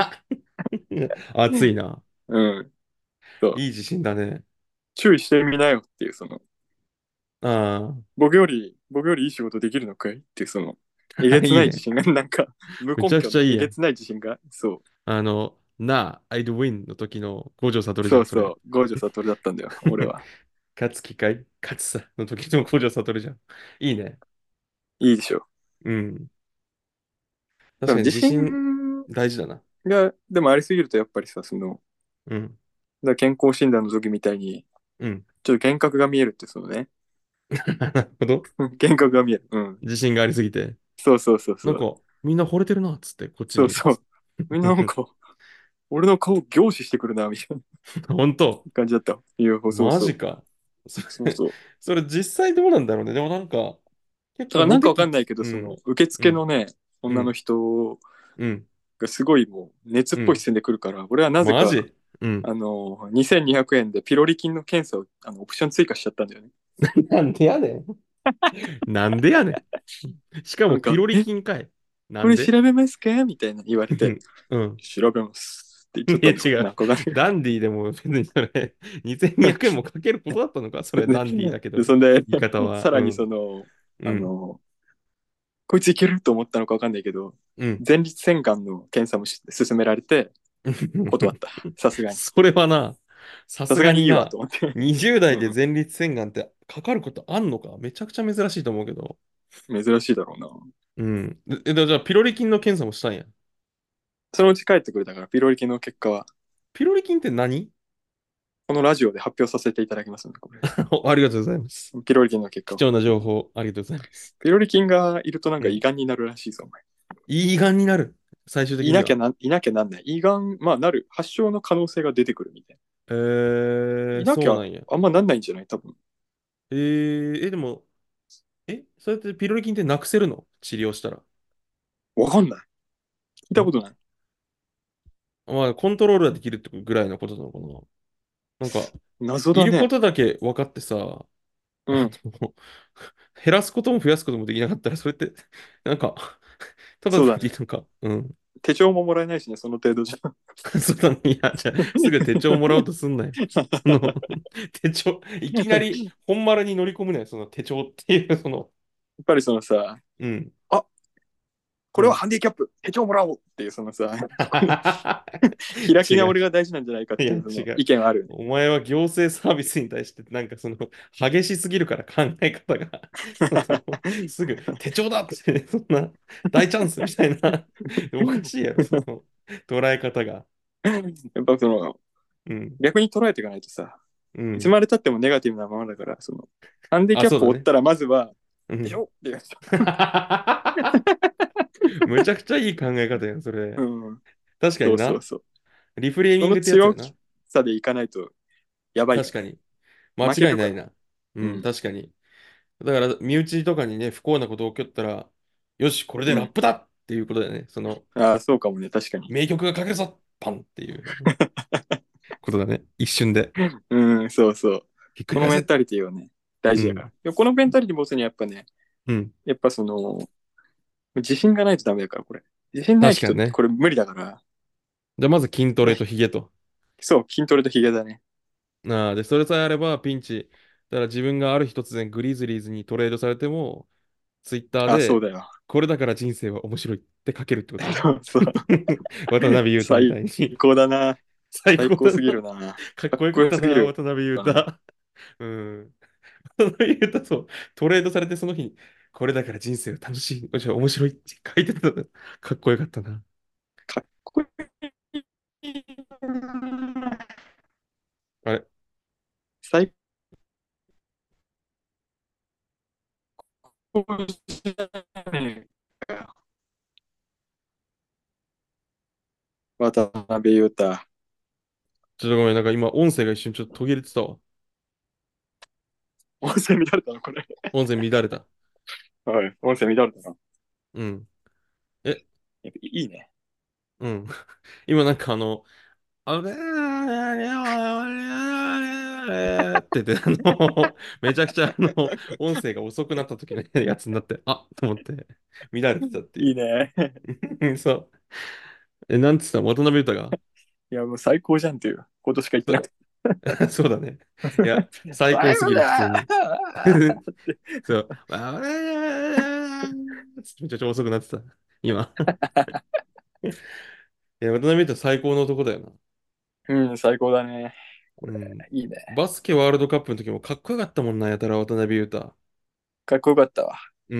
熱いな。 うん。そう。 いい自信だね。 注意してみなよっていう、その、 あ僕より、僕よりいい仕事できるのかいっていう、その、えあ。 げいいね。 つない自信が、なんか、無めちゃく根拠のちゃいいやん。 えげつない自信が、そあの、なあ、I'd win の時の五条う。 悟じゃん、それ。 そうそう。ゴージャス悟だったんだよ、俺は。 勝つ機会勝つさの時の五条悟じゃん。いいね。 いいでしょ。 うん。確かにでも自自信信大事だな。 が、でもありすぎると、やっぱりさ、その、 うん。 だから健康診断の時みたいに、 うん。 ちょっと幻覚が見えるって、そのね。 なるほど。 幻覚が見える。うん。 自信がありすぎて。 そうそうそうそう。 なんか、みんな惚れてるな、っつって、こっち見るっつっそうそう。みんななんて。 か、俺の顔凝視してくるな、みたいな本当感じだった。いや、そうそう。 マジか。それ、 そうそう。 それ実際どうなんだろうね。でもなんか、結構だからなんかモテ期、 わかんないけど、その、 うん、 受うん、 付のね、女のうん、 人うん、 がすごいもう、熱っうん。 ぽい視線で来るから、俺はなぜか、 マジうん。 あの、にせんにひゃくえんでピロリ菌の検査を、あの、オプション追加しちゃったんだよね。 なんでやねん。なんでやねん。しかなんか、 もピロリえ、 菌かい。なこれんで調べますかみたいな言われて、 うん。 調べますって言っちゃっいやたんだよ。 違う。 なんかわかんない。 ダンディでも別にそれ、にせんにひゃくえんもかけることだったのかそれダンディだけで、 ど。 そんで、 言い方は。 さらにそうん。 の、 うん。 あの、こいついけると思ったのかわかんないけど、 うん。 前立腺がんの検査もし勧められて、断った。さすがに。 それはな、さすさすがにいいわがにな、 と思って。 にじゅう代でうん。 前立腺がんってかかることあんのかめちゃくちゃ珍しいと思うけど。 珍しいだろうな。 うん。で、でじゃあ、ピロリ菌の検査もしたんや。 そのうち帰ってくれたから、ピロリ菌の結果は、 ピロリ菌って何このラジオで発表させていただきますので、これ。 ありがとうございます。 ピロリ菌の結果を。 貴重な情報ありがとうございます。 ピロリ菌がいるとなんか胃うん。 がんになるらしいぞ、お前。 いいがんになる。最終的には。 いなきゃな、いなきゃなんない。胃がん、まあなる。発症の可能性が出てくるみたいな。 えー、 いなきゃそうなんや。 あんまなんないんじゃない多分。 えー、え、でも、え、それってピロリ菌ってなくせるの治療したら。 わかんない。聞いたんことない。 まあ、コントロールはできるってぐらいのことなのかな。なんか、いるこ謎だね。 とだけ分かってさ、あうん。 の、減らすことも増やすこともできなかったら、それって、なんか、ただ単そうだね。 になんか、うん。 手帳ももらえないしね、その程度じゃ。 そうだね。いや、じゃあ、すぐ手帳もらおうとすんなよ。その、手帳、いきなり本丸に乗り込むねよ、その手帳っていう、その、 やっぱりそのさ、 うん、 あ、これはうん。 ハンディキャップ、手帳もらおうっていうそのさ、この開き違う。 直りが大事なんじゃないかっいや、 ていうその違う。 意見はあるよね。 お前は行政サービスに対して、なんかその、激しすぎるから考え方が、その、すぐ、手帳だって、そんな、大チャンスみたいな、おかしいやろ、その、捉え方が。 やっぱその、 うん、 逆に捉えていかないとさ、いつうん。 までたってもネガティブなままだから、その、ハンディあ、 キャッそうだね。 プを負ったらまずは、でしうん。 ょって言う。 むちゃくちゃいい考え方やん、それ。 うん。そうそう確かにな。 そう。 リフレーそのミングってやつ強気やな。 さでいかないとやばいから。 確かに。間負けるから。 違いないな。うん、 うん。 確かに。だから、身内とかにね、不幸なこと起こったら、よし、これでうん。 ラップだっていうことだよね。その、 ああ、そうかもね、確かに。 名曲が書けるぞパンっていうことだね。一瞬で。 うん、そうそう。 ひっくり返せ。 このメンタリティはね、大うん。 事だから。いやこのメンタリティ持つにはやっぱね、 うん。 やっぱその、 自信がないとダメだから、これ。自信ない人って確かにね。 これ無理だから。 じゃあまず筋トレとね。 ヒゲと。 そう、筋トレとヒゲだね。 ああ、で、それさえあればピンチ。だから自分がある日突然グリズリーズにトレードされても、ツイッターあ、そうで、 だよ。 これだから人生は面白いって書けるってことね。 そうそう。 渡辺裕太みた最いに。 高だな。 最最高すぎ高だな。 るな。 かっこよかっこかったな、 よすぎる。 渡辺裕うん。 太。うん。渡辺裕太とトレードされてその日に、これだから人生は楽しい、じゃあ面白いって書いてたの。かっこよかったな。 かっこいい。 あれ、 最高じゃねえかよ。渡辺裕太。 ちょっとごめん、なんか今音声が一瞬ちょっと途切れてたわ。 音声乱れたのこれ。 音声乱れた。 はい。音声乱れたな。 うん。え、 いいね。 うん。今なんかあの、あれって言って、あの、めちゃくちゃあの、音声が遅くなった時のやつになって、あっと思って、乱れてたっていいいね。 う。そう。え、なんつった渡辺裕太がいや、もう最高じゃんっていうことしか言ってなくて。 そそうだね。いや、最高すぎる、普通最高だに。 ーって。 そう。あれめちゃくちゃ遅くなってた。今。いや、渡辺裕太最高の男だよな。 うん、最高だね。これ、 うん。 いいね。 バスケワールドカップの時もかっこよかったもんな、やたら渡辺裕太。 かっこよかったわ。 うん。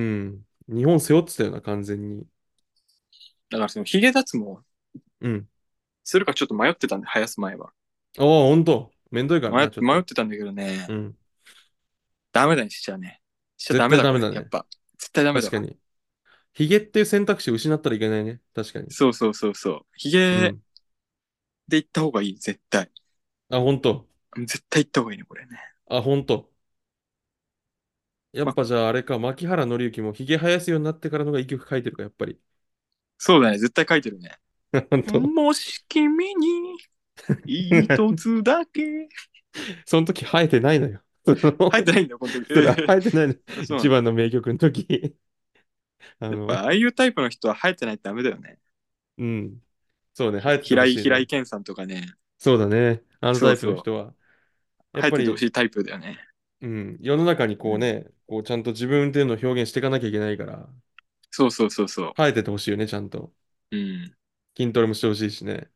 日本背負ってたよな、完全に。 だからその、ヒゲ脱毛うん。 するかちょっと迷ってたんで、生やす前は。 ああ、ほんと。めんどいからな、 迷ちょっと。 迷ってたんだけどね、 うん。 ダメだにしちゃうね。しちゃ絶ダメだ、これ。 対ダメだね。 やっぱ。絶対ダメだわ。 確かに。ヒゲっていう選択肢を失ったらいけないね。確かに。 そうそうそうそう。ヒゲうん。 で行った方がいい、絶対。 あ、ほんと。 絶対行った方がいいね、これね。 あ、ほんと。やっま、 ぱじゃああれか、牧原紀之もヒゲ生やすようになってからのがいい曲書いてるか、やっぱり。 そうだね、絶対書いてるね。 ほんと。 もし君に一つだけ。 その時生えてないのよ。その、 書いてないんだよ、この時。 それ生えてないの。 えそうなの。 一番の名曲の時。あの、 やっぱ、ああいうタイプの人は生えてないとダメだよね。 うん。そうね、生えててほ平井、 しいね。 平井堅さんとかね。 そうだね。あのタイプそうそう。 の人は。やっ生えぱり、 ててほしいタイプだよね。 うん、世の中にうん。 こうね、こうちゃんと自分っていうのを表現していかなきゃいけないから、 そうそうそうそ生えててほしいよね、ちゃんと。 う。うん。 筋トレもしてほしいしね。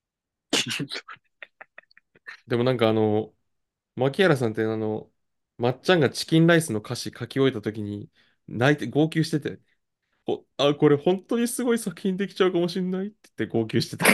でもなんかあの、牧原さんってあの、まっちゃんがチキンライスの歌詞書き終えた時に、泣いて、号泣してて、お、あ、これ本当にすごい作品できちゃうかもしんないって言って号泣してた。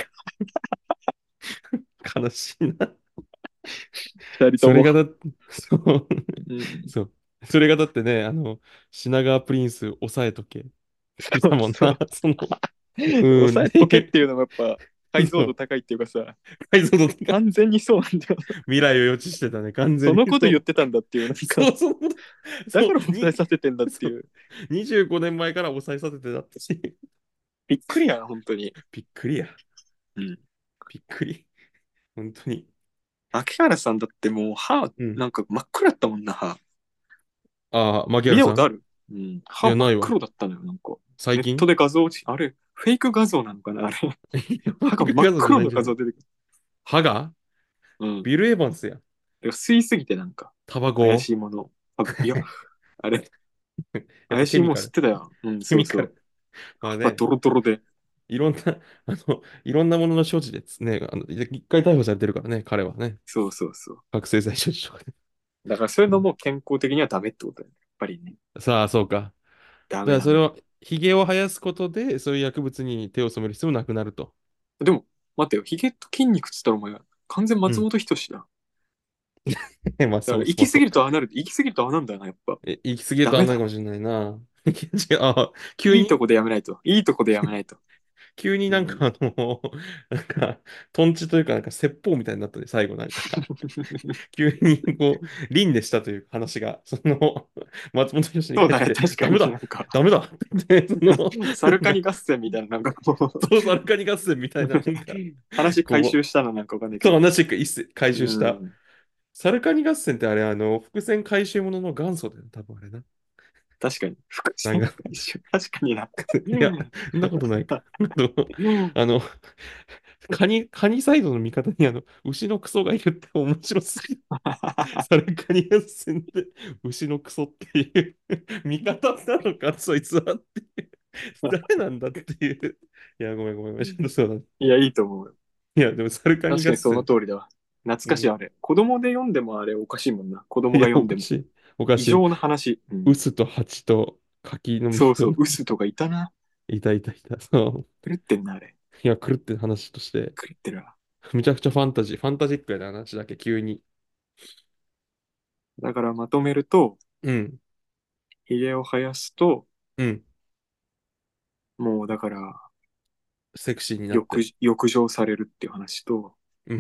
悲しいな。 二人とも。 それがだ、そう、 うん。 そう。それがだってね、あの、品川プリンス抑えとけ。 そうだもんな。 そう。 その、うーんっ抑えとけっていう。 ていうのがやっぱ解像そう。 度高いっていうかさ、 解像度高い。 完全にそうなんだよ。 未来を予知してたね。完全そのことにそう。 言ってたんだっていう、なんか、 そう、そう、そう、 だから抑えに、 させてんだってそう。 いう。 にじゅうごねんまえから抑えさせてたってし。 びっくりやな、本当に。 びっくりや。 うん。 びっくり。本当に。 秋原さんだってもう歯、 うん。 なんか真っ黒だったもんな、歯。 ああ、牧見原さんたことある？うん。 いや、 歯真っないわ。 黒だったのよ、なんか。ネット最近で画像落ち、あれ、フェイク画像なのかな、あれ。歯が真っ画像じゃ黒のないんじゃない画像出てくる。 歯がうん。 ビル・エヴァンスや。 吸いすぎてなんか、 タバ怪コしいもの。多分、いや、あれ、 やっぱ怪しいもの吸っケミカル。 てたよ。うん、そうそう。 ケミカル。まあ歯ね、 ドロドロで。 いろんな、あの、いろんなものの所持ですね。あの、一回逮捕されてるからね、彼はね。 そうそうそう。 覚醒剤所持とかね。 だからそういううんのも健康的にはダメってことだよね。やっぱりね。 さあ、そうか。 ダメダメ。 だからそれは、ヒゲを生やすことで、そういう薬物に手を染める必要もなくなると。 でも、待ってよ。ヒゲと筋肉っつったらお前、完全うん。 松本人志だ。 まあ、 だからそうそう。 行き過ぎるとああなる。行き過ぎるとああなんだよな、やっぱ。 え、行き過ぎるとあんダメだ。 ないかもしれないな。違う、あ、急にいいとこでやめないと。いいとこでやめないと。 急にうん。 なんかあの、なんか、トンチというか、なんか説法みたいになったね、最後なんか。急にこう、輪廻したという話が、その、松本人志にそうだね。 対して、 確かにダメだなんか、 ダメだって言って、その、なんか、 サルカニ合戦みたいな、なんかこう、 そうサルカニ合戦みたいな、なんか、 話回収こしたのなんかわかんないう、そうけど。 話一世回収した。 うん。 サルカニ合戦ってあれ、あの、伏線回収ものの元祖だよね、多分あれな。 確かに。伏線なんか、 回収。確かにな。 いや、そんなことないか。あの、あのカニ、カニサイドの味方にあの、牛のクソがいるって面白すぎる。それカニ合戦で、牛のクソっていう味方なのか、そいつはっていう。誰なんだっていう。いや、ごめんごめんごめん。ちょっとそうだね。 いや、いいと思うよ。 いや、でもサルカニ確かにその合戦。 通りだわ。懐うん。 かしいあれ。子供で読んでもあれおかしいもんな。子供いや、 が読んでも。 おかしい。おかしい。 異常な話。うん。 ウスとハチと柿の実と、 そうそう、ウスとかいたな。 いたいたいた。そ狂ってんな、あれ。 う。いや、狂ってる話として、 狂ってるわ。 めちゃくちゃファンタジー、ファンタジックやな話だけ、急に。 だからまとめると、 うん。 髭を生やすと、 うん。 もうだから、 セクシーになっ浴、 て。 浴場されるっていう話と、 うん。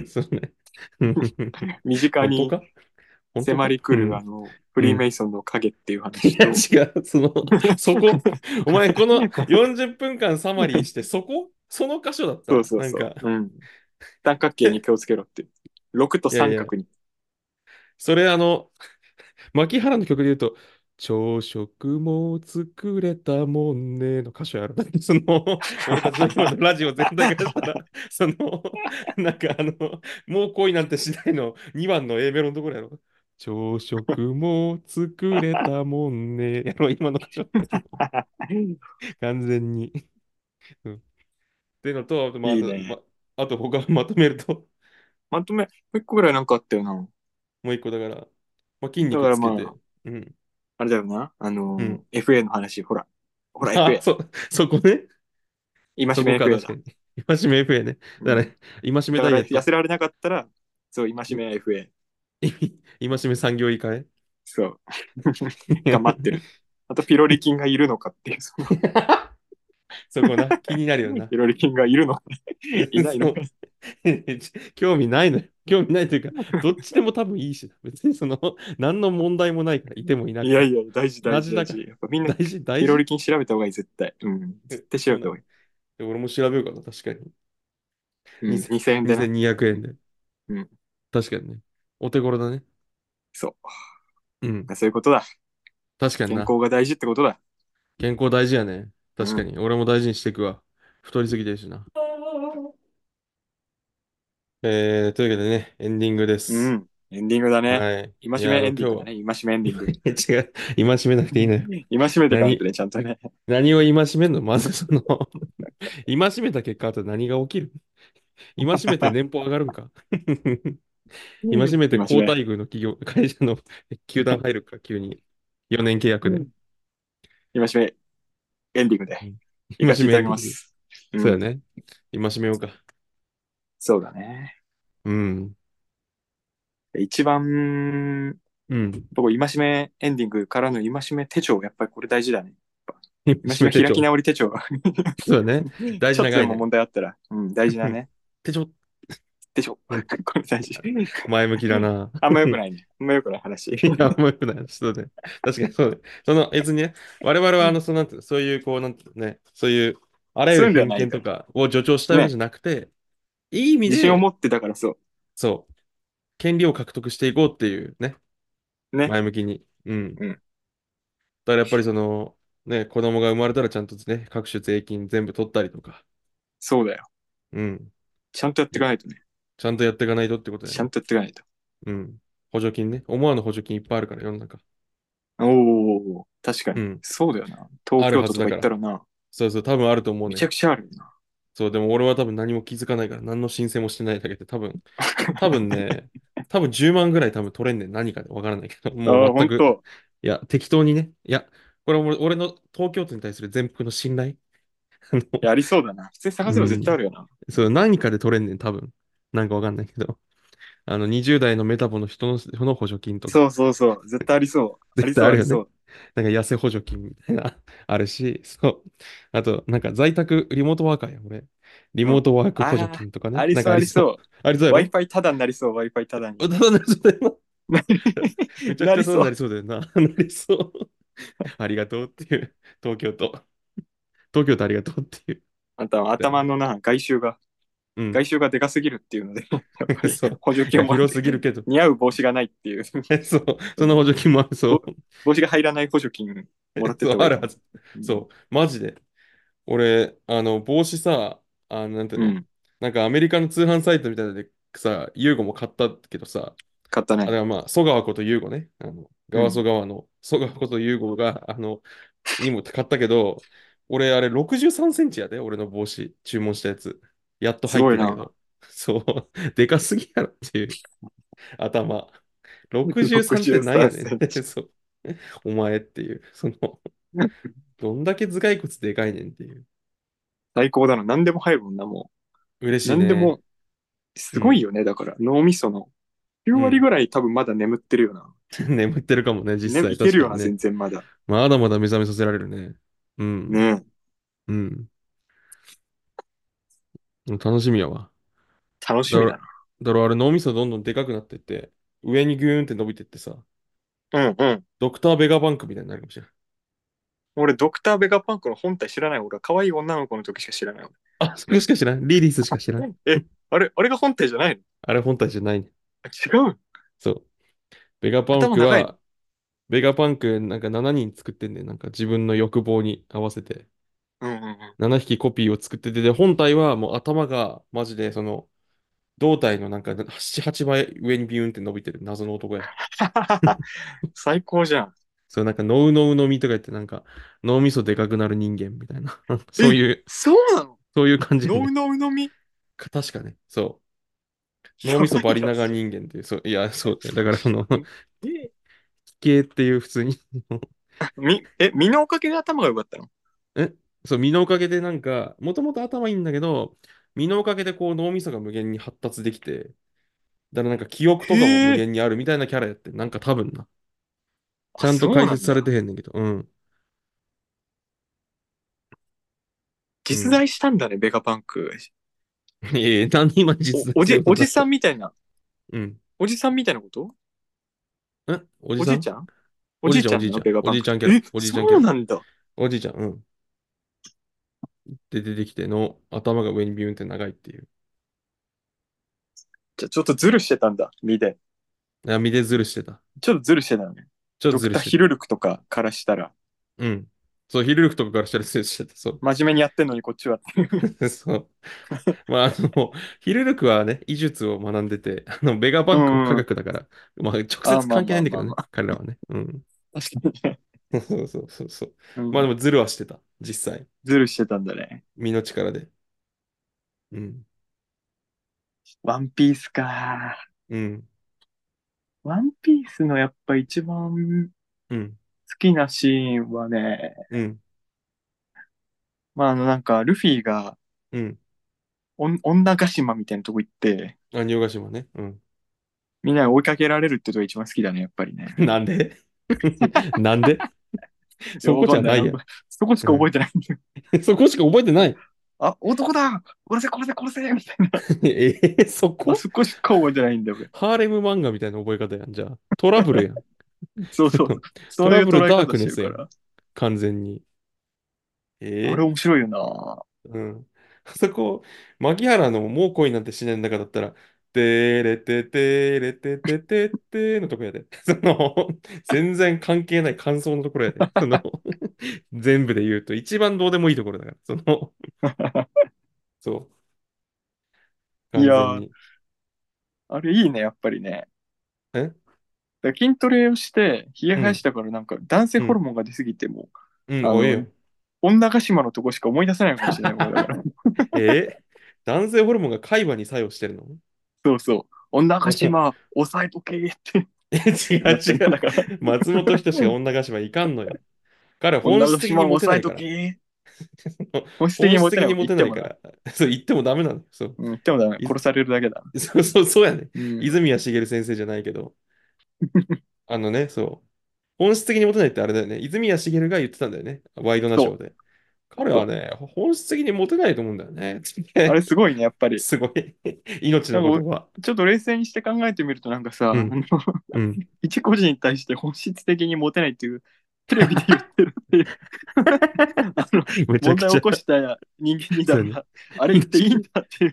そうね。 身近に本当か本当か迫り来る、あうん。 の、フうん。 リーメイソンの影っていういや、 話と、 違う。その、そこ。お前、このよんじゅっぷんかんサマリーして、そこその箇所だっそうたそうそなんか、 う。うん。三角形に気をつけろって。ろくといやいや、 三角に。 それあの、牧原の曲で言うと、朝食も作れたもんねの歌詞ある。だってその、俺たちの今のラジオ全体からしたら、その、なんかあの、もう恋なんてしないのにばんの A メロのところやろ。朝食も作れたもんね。やろ、今の歌詞完全に。うん。っていうのと、あと、まあ、あと、まいいね。 あと他まとめると、 まとめ、もう一個ぐらいなんかあったよな。 もう一個だから、まあ、筋だ肉からまあ、 つけて、うん、 あれだよな。あうん。 のー、エフエー の話、ほら。ほらあ、 エフエー。 そ、そこね。 戒めそこか、 エフエー だ。 確かに。戒め エフエー ね。だから、 うん。 ね、戒めだからダイエット。 痩せられなかったら、そう、戒め エフエー。 戒め産業医会。 そう。が待ってる。あと、ピロリ菌がいるのかっていう、その、 そこな、気になるよな。 ピロリ菌がいるのか、いないのか。 そう。興味ないのよ。興味ないというか、どっちでも多分いいしな、別にその、何の問題もないから、いてもいなくても。 いやいや、大事大事大事。 同じだから。 やっぱみんな、 大事、大事ピロリ菌調べた方がいい、絶対。うん。絶対調そんな。 べた方がいい。 俺も調べようかな、確かに。 うん。 にせん、 にせんえんでな。 にせんにひゃくえんで。 うん。 確かにね。お手頃だね。 そうん。 う。そういうことだ。 確かにな。 健康が大事ってことだ。 健康大事やね。 うん。 確かに。俺も大事にしていくわ。太りすぎてるしな。えー、というわけでね、エンディングです。 うん。エンディングだね。 はい。いや、あ戒めエの、今日は、 ンディングだね。戒めエンディング。 違う、戒めなくていいのよ。 戒めてかないと何、 ね、ちゃんとね。 何を戒めんのまずその戒めた結果、あと何が起きる戒めて年俸上がるんか戒めて高戒め。 待遇の企業、会社の球団入るか、急に。よねん契約で。 戒めエンディングでうん戒行かせていただめエンディング。 きます。うん。 そうだね。戒めようか。 そうだね。 うん。 一番、 うん。 僕、戒めエンディングからの戒め手帳、やっぱりこれ大事だね。戒め開き戒め手帳。 直り手帳。 そうだね。大ちょっとでも事な概念。 問題あったら、うん、大事なね。 手帳。 手帳。 うん。 これ大事。 前向きだな。 あんま良くないね。あんま良くない話。 いや、あんまよくない。そうね。確かにそうね。その、別にね、我々は、あの、その、なんていうのそういう、こう、なんていうのね、そういう、あらゆそういうんではる偏ないから。 見とかを助長したいわけじね。 ゃなくて、いい意味で、 自信を持ってたからそそう、権利を獲得していこうっていうね、 う。ね。 前向きに。うん。 うん。 だからやっぱりその、ね、子供が生まれたらちゃんとね、各種税金全部取ったりとか、 そうだよ。 うん。 ちゃんとやっていかないとね。 ちゃんとやっていかないとってことだよね。 ちゃんとやっていかないと。 うん。補助金ね。思わぬ補助金いっぱいあるから、世の中。 おお、確かに。 うん。 そうだよな。東ある京都とかはずだから。 行ったらな、 そうそう、多分あると思うね。 めちゃくちゃあるよな。 そう、でも俺は多分何も気づかないから、何の申請もしてないだけで、多分、多分ね、多分じゅうまんぐらい多分取れんねん。何かでわからないけど、もああ、 う全く、 ほんと。 いや、適当にね。いや、これは俺俺の東京都に対する全幅の信頼。あのいや、ありそうだな。普通に探せば絶対あうん。 るよな。 そう、何かで取れんねん、多分。なんかわかんないけど。あの、にじゅう代のメタボの人の、人の補助金とか、 そうそうそう。絶対ありそう。あ絶りそう、 対あるよね。 ありそう。 なんか痩せ補助金みたいな、あるし、そう。あと、なんか在宅、リモートワーカーや、俺。リうん。 モートワーク補助ああ、 金とかね。なんありそう、 かありそう。 ありそありそうやう。 ろ Wi-Fi タダになりそう、Wi-Fi タダに。 ただなりそうだよな。めちゃくちゃそうなりなりそう。 そうだよな。なりそう。ありがとうっていう。東京都。東京都ありがとうっていう。 あんた、頭のな、外周が。 うん。 外周がでかすぎるっていうので、やっぱりそう。 補助いや、 金をもらって、 広すぎるけど。 似合う帽子がないっていう、 そう。その補助金もある。そぼう。 帽子が入らない補助金もらってっそう、 た方がいいかも。 あるはず。 うん。 そう。マジで。俺、あの、帽子さ、あの、なんていうの、 うん。 なんかアメリカの通販サイトみたいなのでさ、ユーゴも買ったけどさ、あれ買ったね。 はまあ、曽川ことユーゴね。あの、川曽うん。 川の曽川ことユーゴが、あの、にも買ったけど、俺、あれろくじゅうさんセンチやで、俺の帽子、注文したやつ。やっと入っすごいな。 てんだけど。そう、でかすぎやろっていう頭。ろくじゅうさんって 63セなんやねんって、 ンチ。 そう。お前っていう、その、どんだけ頭蓋骨でかいねんっていう。 最高だな。何でも入るもんな、も嬉う。 しいね。 何でも、 うん。 すごいよね。だから、脳みそのきゅううん。 割ぐらい多分まだ眠ってるよな。 眠ってるかもね、実ね、 際。 いけるよな、 確かにね。 全然まだ。 まだまだ目覚めさせられるね。うん。 ねうん。楽しみやわ。 え、楽しだから、 みだな。 だからあれ脳みそどんどんでかくなってって、上にグーンって伸びてってさ、 うんうん。 ドクターベガバンクみたいになるかもしれない。 俺、ドクター・ベガパンクの本体知らない。俺は可愛い女の子の時しか知らない。 あ、それしか知らん。リリースしか知らん。 え、あれ、あれが本体じゃないの？ あれ本体じゃないね。 あ違う。 そう。ベガパン頭長いの？ クは、ベガパンクなんかしちにん作ってんねん。なんか自分の欲望に合わせて。 うんうんうん。 ななひきコピーを作ってて、で、本体はもう頭がマジでその胴体のなんかなな、はちばい上にビューンって伸びてる謎の男や。 最高じゃん。 そうなんかノウノウのみとか言ってなんか脳みそでかくなる人間みたいな。そうえ、 いう、 そうなの？ そういう感じやね。 ノウノウのみ？ か確かね。そう。脳やみそばいやつ。 バリナガ人間っていう、そう、いや、そうね。だからその、 え、 奇形っていう普通にみ、え、身のおかげで頭が良かったの？ え、そう、身のおかげでなんか、もともと頭いいんだけど、身のおかげでこう脳みそが無限に発達できて、だからなんか記憶とかも無へえ。 限にあるみたいなキャラやって、なんか多分な。ちあ、 ゃんとそう解説されなんだ。 てへんねんけど、うん。うん。 実在したんだね、ベガパンク。 いやいや、何今お、 実在すおじ、おじさることだって。 んみたいな、 うん。 おじさんみたいなこと？ えおじさんおじいちゃん？おおじいちゃん、 じいちゃんなのおじいちゃん。おベガパンクって？ じいちゃんキャラ。 え、 おじいちゃんキャラ。 そうなんだ。 おじいちゃん、うん。で、出てきての頭が上にビューンって長いっていう。 じゃ、ちょっとズルしてたんだ、身で。 あ、身でズルしてた。 ちょっとズルしてたのね。 ちょっとドクター・ズルしてた。 ヒルルクとかからしたら、 うん。そう、ヒルルクとかからしたらズルしてた。そ真面目にやってんのにこっちはっていう。 う。そう。まあ、あの、ヒルルクはね、医術を学んでて、あの、ベガバうンクは科ん。 学だから、まあ、直あ、 接関係まあまないんだけどね、 あまあまあ。 彼らはね。うん。 確かにね。 そうそうそうそう。 うん。 まあでも、ズルはしてた、実際。 ズルしてたんだね。 身の力で。うん。 ワンピースか。 うん。 ワンピースのやっぱ一番うん。 好きなシーンはね、 うん。 まああのなんかルフィがうん。 おん女ヶ島みたいなとこ行って、 あ、仁ヶ島ね。うん。 みんなに追いかけられるってとこが一番好きだね、やっぱりね。 なんでなんでいや、 そこじわかんない。 ゃないやん。 なんか、そこしうん。 か覚えてないんだよ。 そこしか覚えてない。 あ、男だ殺せ殺せ殺せみたいな。 えー、そあこそこしか覚えてないんだよ、俺。 ハーレム漫画みたいな覚え方やん。じゃあ。トラブルやん。 そうそうそう。 トそういうラブルダー捉え方クネスやん。 してるから。 完全に。 あれえ面白いよな。 ー、うん。あそこ、牧原のもう恋なんてしないんだからだったら、てーれててーれててててーのとこやで。その、全然関係ない感想のところやで。その、全部で言うと、一番どうでもいいところだから。その、そう、 いやー、 完全に。 あれいいね、やっぱりね。 えだから筋トレをして、冷やうん、 生やしたからなんか男性うん、 ホルモンが出すぎても、 うん、おええあの、 よ。 女ヶ島のとこしか思い出せないかもしれない、もうだから。 えー男性ホルモンが海馬に作用してるの？ そうそう。女ヶ島、押さえとけってえ、違うやってるん違う。 だから。 松本人志が女ヶ島いかんのよ。彼は本女ヶ質的に島、押さえモテないから。 とけ。本質的にモテない。 本質的にモ言ってもな。 テないから。そう言ってもダメなの。そう。 うん、言ってもダメ。 い殺されるだけだ。 そうそう、そうやね。 うん。 泉谷しげる先生じゃないけど。あのね、そう。本質的にモテないってあれだよね。泉谷しげるが言ってたんだよね。ワイドナシそう。 ョーで。彼そう。 はね、本質的にモテないと思うんだよね。 あれすごいね、やっぱり。 すごい。命なんかお、 の言葉。 ちょっと冷静にして考えてみると、なんかさ、あうん。 の、 うん。 一個人に対して本質的にモテないっていう、テレビで言ってるっていう、あの、 めちゃ問題を起くちゃ、 こした人間にだそうね。 から、あれ言っていいん命。 だっていう。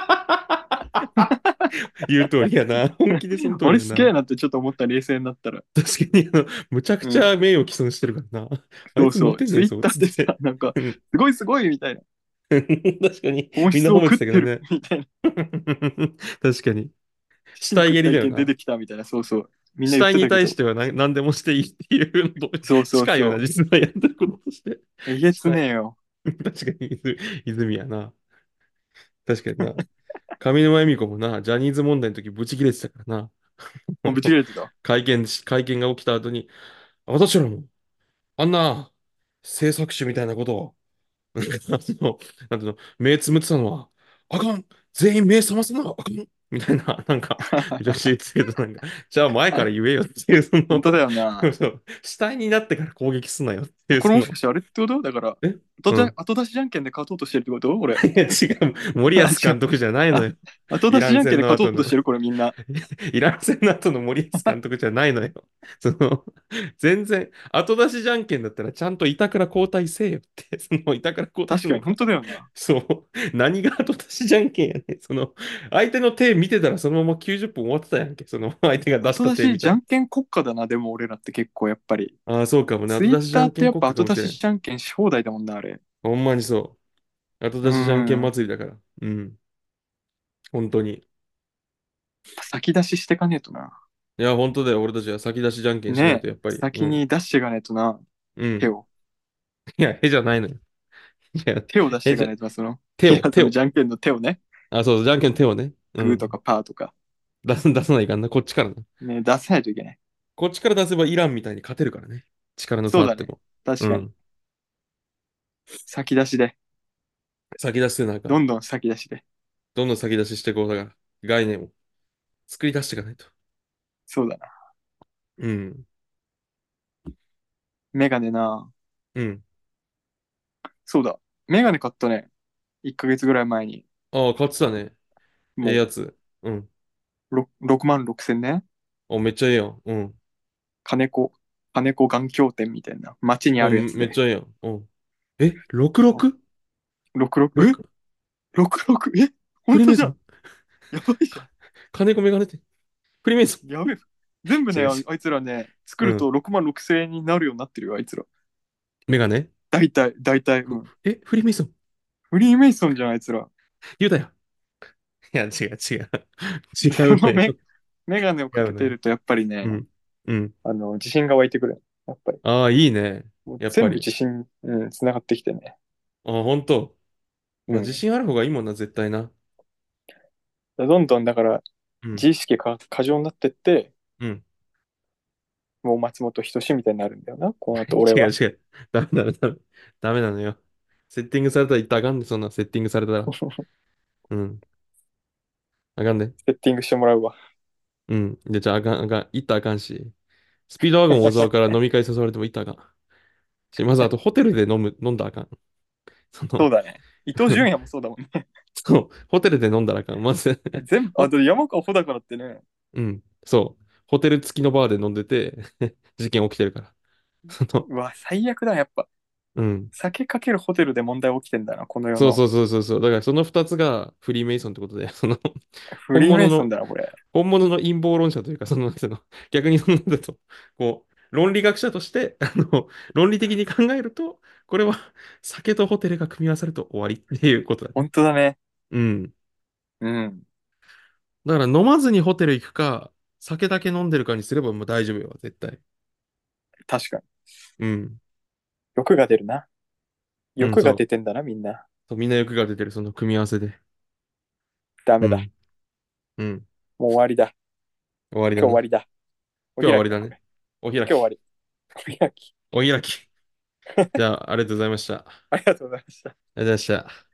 言う通りやな。本気でその通りやな。 俺すげえなってちょっと思った、冷静になったら。 確かに、あの、むちゃくうん。 ちゃ名誉毀損してるからな。あいつそうそう。 モテねえぞ、 ツイッターつって。 でさ、なんか、 うんすごいすごいみたいな。 確かに、 本質をみんな褒めて食ってるたけどね。 みたいな。 確かに。死体真の食った蹴りだよな。 意見出てきたみたいな。そうそう。みんな言っ死体にてたけど。 対しては何、何でもしていいっていうのとそうそう近いような、 そ実はやってることとして。 う。えげ死体。 つねえよ。 確かに、泉泉やな。確かにな。上沼恵美子もな、ジャニーズ問題の時ブチ切れてたからな。 もうぶち切れてた。 会見し、会見が起きた後に、私らも、あんな、制作者みたいなことを、その、なんていうの、目つむってたのは、あかん、全員目覚ますな、あかん、みたいな、なんか、いろいろ言ってたけど、なんか、じゃあ前から言えよっていう、その、 本当だよな。 そう、死体になってから攻撃すなよっていう、 これその、 もしかしてあれってことだから、 え後出うん。 後出しじゃんけんで勝とうとしてるってこと俺。 いや、違う、森保あ、違う。 監督じゃないのあ、 よ。 後出しイランじゃんけんで勝と戦の後の、 うとしてるこれみんな。 イラン戦の後の森保監督じゃないのよ。その、全然、後出しじゃんけんだったらちゃんと板倉交代せえよって、その板倉交代するのか。 確かに本当だよな。 そう。何が後出しじゃんけんやねん。その、相手の手見てたらそのままきゅうじゅっぷん終わってたやんけ。その相手が出し後た手見たら。 出しじゃんけん国家だな、でも俺らって結構やっぱり。 ああ、そうかもね。 ツイッ後出しじゃターってやっんけん国ぱ後出し家かもしれん。 じゃんけんし放題だもんな、あれ。 ほんまにそう。後う出しじゃんけんん。 祭りだから。うん。本当に。 先出ししてかねえとな。 いや、本当だよ。俺たちは先出しじゃんけんしないねえ。 と、やっぱり。う先ん。 に出していかねえとな。 うん。 手を。 いや、へじゃないのよ。いや、 手を出してへじゃ、 いかないとな、その。 手を、 いや、そ手を。 のじゃんけんの手をね。 あ、そう、じゃんけん手をね。うグーとかん。 パーとか。 出す、出さないかんな。こっちからな。 ね、出さないといけない。 こっちから出せばイランみたいに勝てるからね。力の差そうだね。 あっても。う確かに。 ん。 先出しで。 先出してなんか、 どんどん先出しで。 どんどん先出ししていこう。だから、概念を作り出していかないと。 そうだな。 うん。 メガネな。 うん。 そうだ。メガネ買ったね。いっかげつぐらい前に。 ああ、買ってたね。ええもやつ。うん。 う、ろろくまんろくせんね。 あ、めっちゃええやん。うん。 金子、金子眼鏡店みたいな。街にああ、 るやつで。 めっちゃええやん。うん。え、ろくじゅうろく？ ろくろく、えろく？ ろくろく？ え本当じゃん。 フリーメイソン？ やばいじゃん。 金子メガネ店。フリーメイソン？ やべえ。全部ね、あ違う違う。 あいつらね、作るとうん。 ろくまんろくせん円になるようになってるよ、あいつら。 メガネ？ 大体、大体、うふん。 え、フリーメイソン？ フリーメイソンじゃん、あいつら。 言うたやん。いや、違う違う。違そのメ、 うのよ。 メガネをか違うのよ。 けてると、やっぱりね、 うん。うん。 あの、自信が湧いてくる。やっぱり。 ああ、いいね。 もう全部やっぱり。 自信、うん、つながってきてね。 ああ、本当。まあ、自うん。 信ある方がいいもんな、絶対な。 どんどん、だから、 うん。 自意識が過剰になってって、 うん。 もう松本人志みたいになるんだよな、この後俺は。 違う違う。ダメだめダメ。ダメなのよ。セッティングされたら言ったらあかんねそんなセッティングされたら。うん。あかんで。 セッティングしてもらうわ。 うん。で、じゃああかん、あかん。言ったらあかんし。スピードワゴン小沢から飲み会誘われても言ったらあかん。し、まずあとホテルで飲む、飲んだらあかん。その、 そうだね。伊東純也もそうだもんね。 そう、ホテルで飲んだらあかん。まず全部、あ、 ほ、 で山川穂高だってね、 うん。そう。ホテル付きのバーで飲んでて事件起きてるから。その、 うわ、最悪だ、やっぱ。 うん。 酒かけるホテルで問題起きてんだな、この世の。 そうそうそうそうそう。だからその二つがフリーメイソンってことで、そのフリーメ本物の、 イソンだな、これ。 本物の陰謀論者というか、その、その逆にその、だと、こう、論理学者として、あの、論理的に考えると、これは酒とホテルが組み合わさると終わりっていうことだね。 本当だね。 うん。 うん。 だから飲まずにホテル行くか、酒だけ飲んでるかにすればもう大丈夫よ、絶対。 確かに。 うん。 欲が出るな。 うん、 欲そう。 が出てんだな、みんな。 そう、みんな欲が出てる、その組み合わせで。 ダメだ。 うん。うん。 もう終わりだ。 終わりだな。 今日終わりだ。お今日は終開きだ、 わりだね。 これ。 お開き。 今日終わり。お開き。 お開き。じゃあ、ありがとうございました。ありがとありがとうございました。 うございました。